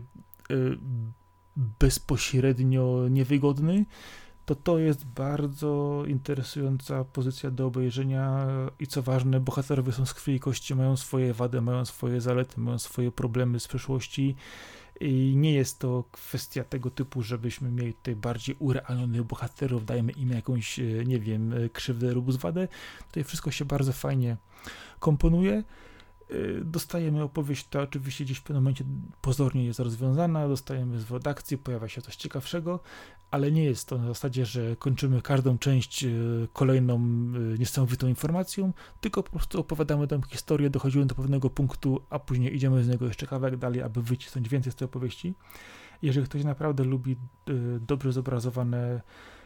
bezpośrednio niewygodny, to jest bardzo interesująca pozycja do obejrzenia i co ważne, bohaterowie są z krwi i kości, mają swoje wady, mają swoje zalety, mają swoje problemy z przeszłości i nie jest to kwestia tego typu, żebyśmy mieli tutaj bardziej urealnionych bohaterów, dajemy im jakąś, nie wiem, krzywdę lub zwadę. Tutaj wszystko się bardzo fajnie komponuje. Dostajemy opowieść, ta oczywiście gdzieś w pewnym momencie pozornie jest rozwiązana, dostajemy zwrot akcji, pojawia się coś ciekawszego, ale nie jest to na zasadzie, że kończymy każdą część kolejną niesamowitą informacją, tylko po prostu opowiadamy tę historię, dochodzimy do pewnego punktu, a później idziemy z niego jeszcze kawałek dalej, aby wycisnąć więcej z tej opowieści. Jeżeli ktoś naprawdę lubi dobrze zobrazowane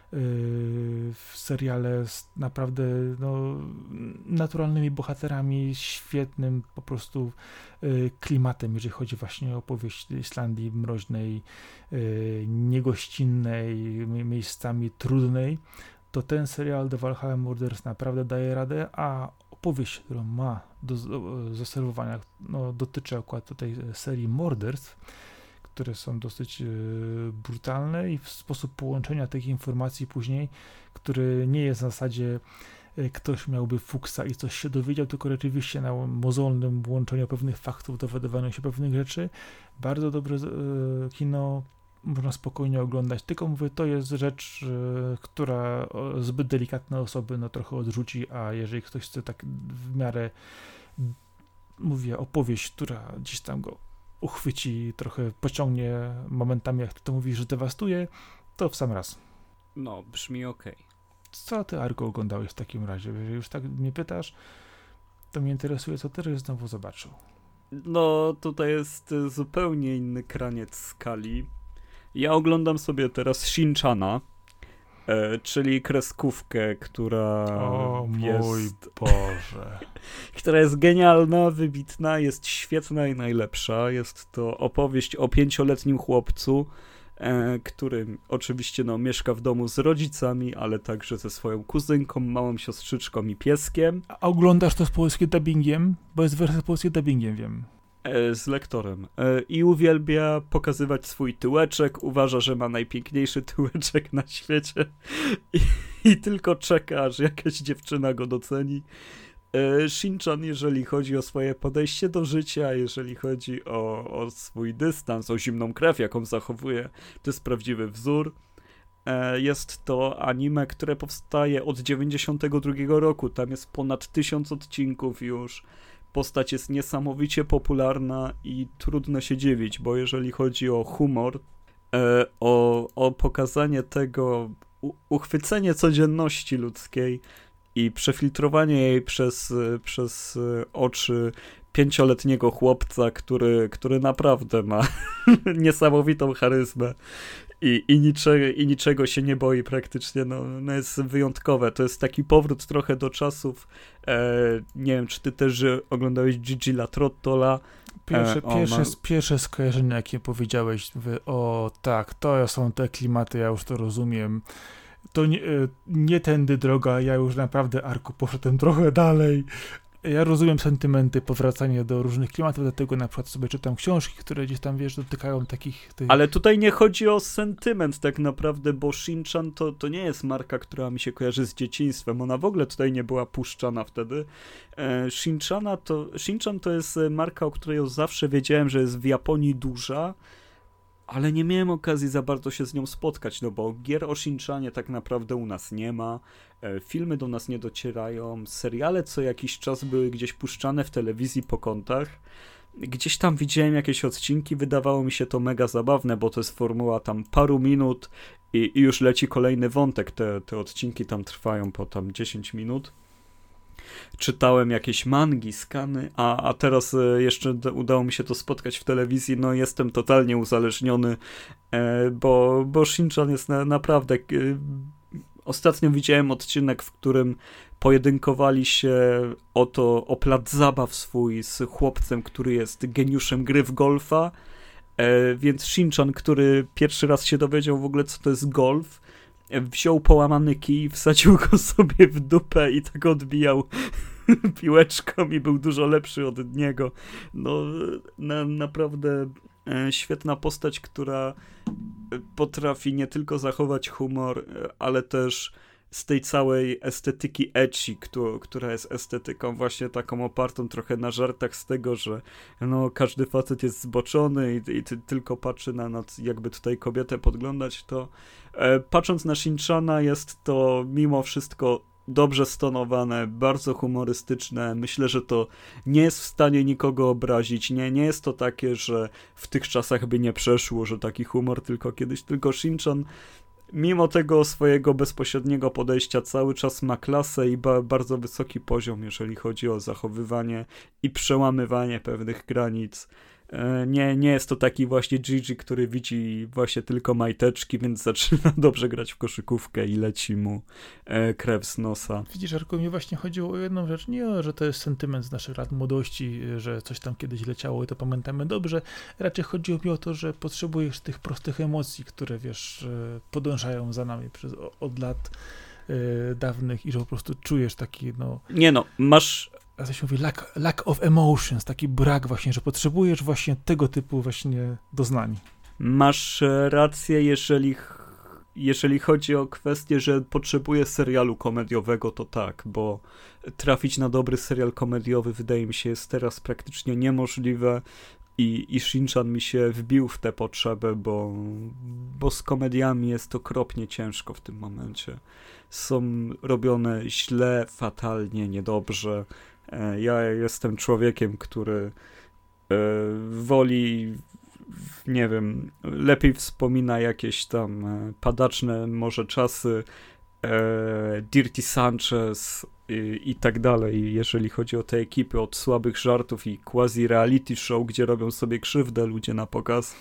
seriale z naprawdę naturalnymi bohaterami, świetnym po prostu klimatem, jeżeli chodzi właśnie o opowieść Islandii mroźnej, niegościnnej, miejscami trudnej, to ten serial The Valhalla Murders naprawdę daje radę, a opowieść, którą ma do zaserwowania, dotyczy akurat tutaj serii morderstw, które są dosyć brutalne i w sposób połączenia tych informacji później, który nie jest w zasadzie ktoś miałby fuksa i coś się dowiedział, tylko rzeczywiście na mozolnym łączeniu pewnych faktów, dowiadywaniu się pewnych rzeczy. Bardzo dobre kino, można spokojnie oglądać, tylko mówię, to jest rzecz, która zbyt delikatne osoby trochę odrzuci, a jeżeli ktoś chce tak w miarę, mówię, opowieść, która gdzieś tam go uchwyci, trochę pociągnie momentami, jak ty to mówisz, że dewastuje, to w sam raz. No, brzmi okej. Co ty, Argo, oglądałeś w takim razie? Jeżeli już tak mnie pytasz, to mnie interesuje, co ty znowu zobaczył. No, tutaj jest zupełnie inny kraniec skali. Ja oglądam sobie teraz Shin-chana, czyli kreskówkę, która mój Boże. która jest genialna, wybitna, jest świetna i najlepsza. Jest to opowieść o 5-letnim chłopcu, który oczywiście mieszka w domu z rodzicami, ale także ze swoją kuzynką, małą siostrzyczką i pieskiem. A oglądasz to z polskim dubbingiem? Bo jest wersja z polskim dubbingiem, wiem. Z lektorem. I uwielbia pokazywać swój tyłeczek. Uważa, że ma najpiękniejszy tyłeczek na świecie. I tylko czeka, aż jakaś dziewczyna go doceni. Shin-chan, jeżeli chodzi o swoje podejście do życia, jeżeli chodzi o swój dystans, o zimną krew, jaką zachowuje, to jest prawdziwy wzór. Jest to anime, które powstaje od 92 roku. Tam jest ponad 1000 odcinków już. Postać jest niesamowicie popularna i trudno się dziwić, bo jeżeli chodzi o humor, o pokazanie tego, uchwycenie codzienności ludzkiej i przefiltrowanie jej przez oczy 5-letniego chłopca, który naprawdę ma niesamowitą charyzmę i niczego się nie boi praktycznie, jest wyjątkowe. To jest taki powrót trochę do czasów, nie wiem, czy ty też oglądałeś Gigi La Trottola. Pierwsze skojarzenie, jakie powiedziałeś, tak, to są te klimaty, ja już to rozumiem. To nie tędy droga, ja już naprawdę, Arku, poszedłem trochę dalej. Ja rozumiem sentymenty, powracanie do różnych klimatów, dlatego na przykład sobie czytam książki, które gdzieś tam, dotykają takich... Ale tutaj nie chodzi o sentyment tak naprawdę, bo Shin-chan to nie jest marka, która mi się kojarzy z dzieciństwem. Ona w ogóle tutaj nie była puszczana wtedy. Shin-chan to jest marka, o której już zawsze wiedziałem, że jest w Japonii duża, ale nie miałem okazji za bardzo się z nią spotkać, bo gier o Shin-chanie tak naprawdę u nas nie ma, filmy do nas nie docierają, seriale co jakiś czas były gdzieś puszczane w telewizji po kątach. Gdzieś tam widziałem jakieś odcinki, wydawało mi się to mega zabawne, bo to jest formuła tam paru minut i już leci kolejny wątek. Te odcinki tam trwają po tam 10 minut. Czytałem jakieś mangi, skany, a teraz jeszcze udało mi się to spotkać w telewizji. Jestem totalnie uzależniony, bo Shin-chan jest naprawdę... Ostatnio widziałem odcinek, w którym pojedynkowali się o plac zabaw swój z chłopcem, który jest geniuszem gry w golfa, więc Shin-chan, który pierwszy raz się dowiedział w ogóle, co to jest golf, wziął połamany kij, wsadził go sobie w dupę i tak odbijał piłeczką i był dużo lepszy od niego. Naprawdę świetna postać, która potrafi nie tylko zachować humor, ale też z tej całej estetyki ecchi, która jest estetyką właśnie taką opartą trochę na żartach z tego, że każdy facet jest zboczony i tylko patrzy na jakby tutaj kobietę podglądać, to patrząc na Shin-chana jest to mimo wszystko dobrze stonowane, bardzo humorystyczne. Myślę, że to nie jest w stanie nikogo obrazić. Nie jest to takie, że w tych czasach by nie przeszło, że taki humor tylko kiedyś. Tylko Shin-chan mimo tego swojego bezpośredniego podejścia cały czas ma klasę i bardzo wysoki poziom, jeżeli chodzi o zachowywanie i przełamywanie pewnych granic. Nie jest to taki właśnie Gigi, który widzi właśnie tylko majteczki, więc zaczyna dobrze grać w koszykówkę i leci mu krew z nosa. Widzisz, Arku, mi właśnie chodziło o jedną rzecz. Nie, że to jest sentyment z naszych lat młodości, że coś tam kiedyś leciało i to pamiętamy dobrze. Raczej chodziło mi o to, że potrzebujesz tych prostych emocji, które, wiesz, podążają za nami od lat dawnych i że po prostu czujesz taki, no... Nie no, masz... A to się mówi lack of emotions, taki brak właśnie, że potrzebujesz właśnie tego typu właśnie doznań. Masz rację, jeżeli chodzi o kwestię, że potrzebuję serialu komediowego, to tak, bo trafić na dobry serial komediowy wydaje mi się jest teraz praktycznie niemożliwe i Shin-chan mi się wbił w tę potrzebę, bo z komediami jest okropnie ciężko w tym momencie. Są robione źle, fatalnie, niedobrze. Ja jestem człowiekiem, który woli, nie wiem, lepiej wspomina jakieś tam padaczne może czasy, Dirty Sanchez i tak dalej, jeżeli chodzi o te ekipy od słabych żartów i quasi-reality show, gdzie robią sobie krzywdę ludzie na pokaz,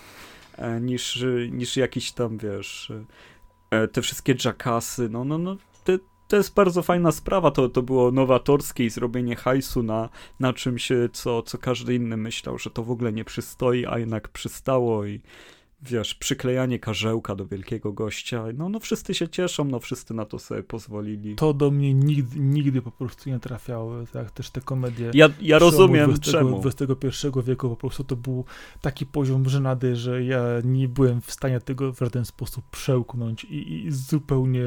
niż jakiś tam, wiesz, te wszystkie jackassy, to jest bardzo fajna sprawa, to było nowatorskie i zrobienie hajsu na czymś, co każdy inny myślał, że to w ogóle nie przystoi, a jednak przystało i wiesz, przyklejanie karzełka do wielkiego gościa, no wszyscy się cieszą, wszyscy na to sobie pozwolili. To do mnie nigdy po prostu nie trafiało, tak, też te komedie. Ja rozumiem czemu. XXI wieku po prostu to był taki poziom żenady, że ja nie byłem w stanie tego w żaden sposób przełknąć i zupełnie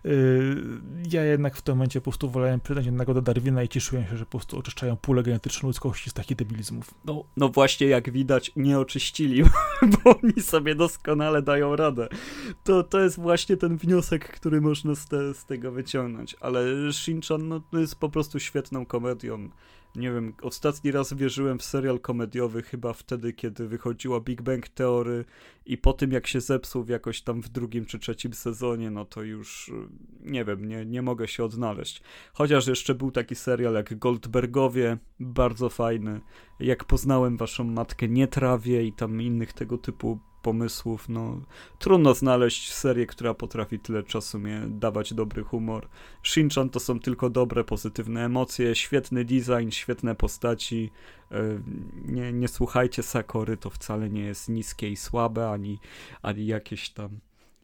ja jednak w tym momencie po prostu wolałem przydać jednego do Darwina i cieszyłem się, że po prostu oczyszczają pulę genetyczną ludzkości z takich debilizmów. No właśnie, jak widać, nie oczyścili, bo oni sobie doskonale dają radę. To jest właśnie ten wniosek, który można z tego wyciągnąć. Ale Shin-chan to jest po prostu świetną komedią. Nie wiem, ostatni raz wierzyłem w serial komediowy chyba wtedy, kiedy wychodziła Big Bang Theory i po tym, jak się zepsuł jakoś tam w 2. czy 3. sezonie, no to już nie wiem, nie mogę się odnaleźć. Chociaż jeszcze był taki serial jak Goldbergowie, bardzo fajny. Jak poznałem waszą matkę, nie trawię i tam innych tego typu pomysłów, trudno znaleźć serię, która potrafi tyle czasu dawać dobry humor. Shin-chan to są tylko dobre, pozytywne emocje, świetny design, świetne postaci. Nie słuchajcie Sakory, to wcale nie jest niskie i słabe, ani jakieś tam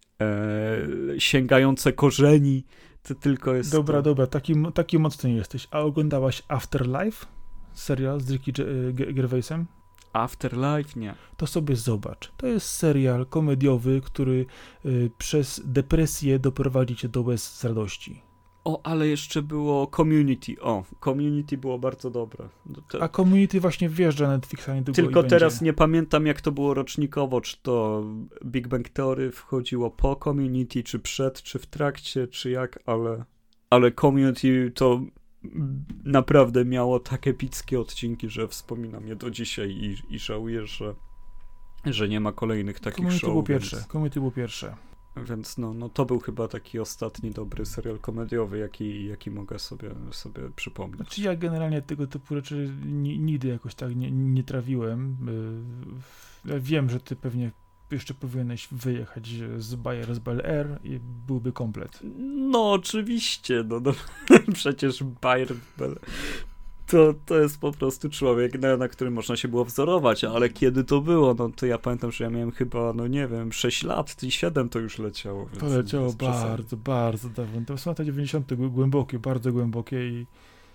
sięgające korzeni. To tylko jest... Dobra, taki mocny jesteś. A oglądałaś Afterlife? Serial z Ricky Gervaisem? Afterlife? Nie. To sobie zobacz. To jest serial komediowy, który przez depresję doprowadzi cię do łez z radości. Ale jeszcze było Community. Community było bardzo dobre. A Community właśnie wjeżdża na Netflixa niedługo. Tylko teraz nie pamiętam, jak to było rocznikowo, czy to Big Bang Theory wchodziło po Community, czy przed, czy w trakcie, czy jak, ale Community to naprawdę miało tak epickie odcinki, że wspominam je do dzisiaj i żałuję, że nie ma kolejnych takich show. Community było pierwsze. Więc to był chyba taki ostatni dobry serial komediowy, jaki mogę sobie przypomnieć. Znaczy ja generalnie tego typu rzeczy nigdy jakoś tak nie trawiłem. Ja wiem, że ty pewnie jeszcze powinieneś wyjechać z Bayer, z Bel Air i byłby komplet. No oczywiście, przecież Bayer, Bel to jest po prostu człowiek, na którym można się było wzorować, ale kiedy to było, to ja pamiętam, że ja miałem chyba, 6 lat, i 7 to już leciało. Więc to leciało bardzo, bardzo dawno. To są lata 90. głębokie, bardzo głębokie i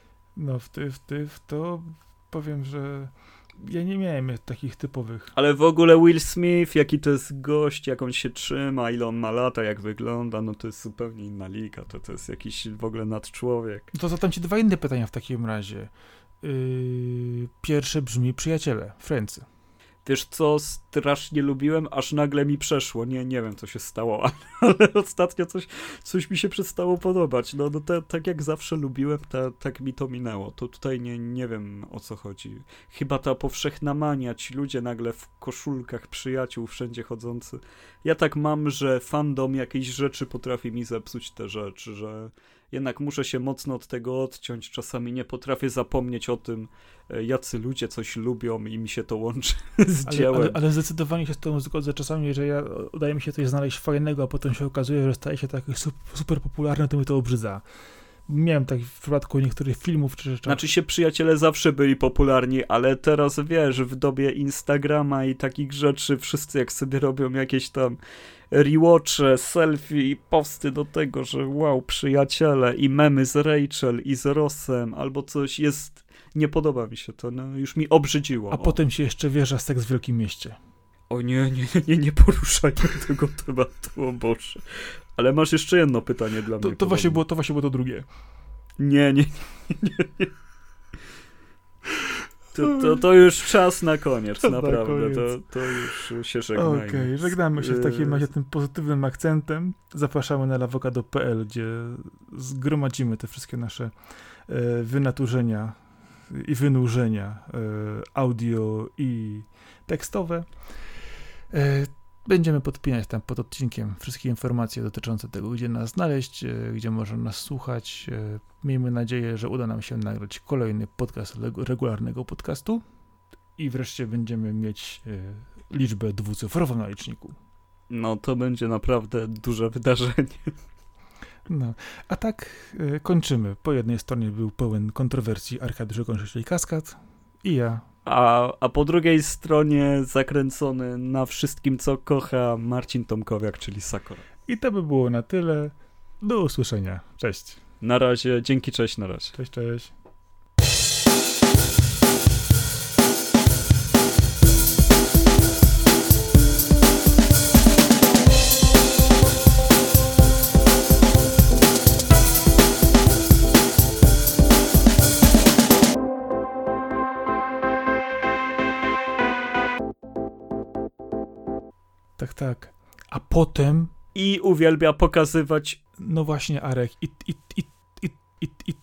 w to powiem, że ja nie miałem takich typowych. Ale w ogóle Will Smith, jaki to jest gość, jak on się trzyma, ile on ma lata, jak wygląda, to jest zupełnie inna liga, to jest jakiś w ogóle nadczłowiek. To zadam ci 2 inne pytania w takim razie. Pierwsze brzmi Przyjaciele, Friends. Wiesz co, strasznie lubiłem, aż nagle mi przeszło. Nie wiem, co się stało, ale ostatnio coś mi się przestało podobać. Tak jak zawsze lubiłem, tak mi to minęło. To tutaj nie wiem, o co chodzi. Chyba ta powszechna mania, ci ludzie nagle w koszulkach przyjaciół wszędzie chodzący. Ja tak mam, że fandom jakiejś rzeczy potrafi mi zepsuć te rzeczy, że jednak muszę się mocno od tego odciąć. Czasami nie potrafię zapomnieć o tym, jacy ludzie coś lubią i mi się to łączy z dziełem. Ale zdecydowanie się z tą zgodzę czasami, że udaje mi się coś znaleźć fajnego, a potem się okazuje, że staje się taki super popularny, to mi to obrzydza. Miałem tak w przypadku niektórych filmów czy rzeczy. Znaczy się przyjaciele zawsze byli popularni, ale teraz wiesz, w dobie Instagrama i takich rzeczy wszyscy jak sobie robią jakieś tam rewatche, selfie i posty do tego, że wow, przyjaciele i memy z Rachel i z Rossem albo coś jest, nie podoba mi się to, no już mi obrzydziło. A potem się jeszcze wjeżdża Seks w Wielkim Mieście. O nie poruszajmy tego tematu, o Boże. Ale masz jeszcze jedno pytanie dla mnie. To właśnie było to drugie. Nie. To już czas na koniec, naprawdę. To już się żegnajmy. Okej, żegnamy się w takim razie tym pozytywnym akcentem. Zapraszamy na lawokado.pl, gdzie zgromadzimy te wszystkie nasze wynaturzenia i wynurzenia audio i tekstowe. Będziemy podpinać tam pod odcinkiem wszystkie informacje dotyczące tego, gdzie nas znaleźć, gdzie można nas słuchać. Miejmy nadzieję, że uda nam się nagrać kolejny podcast regularnego podcastu i wreszcie będziemy mieć liczbę dwucyfrową na liczniku. No to będzie naprawdę duże wydarzenie. No, a tak kończymy. Po jednej stronie był pełen kontrowersji Arkadiusz Gąszczyk, czyli Kaskad i ja. A po drugiej stronie zakręcony na wszystkim, co kocha Marcin Tomkowiak, czyli Sakura. I to by było na tyle. Do usłyszenia. Cześć. Na razie. Dzięki, cześć, na razie. Cześć. Tak. A potem... I uwielbia pokazywać... No właśnie, Arek. I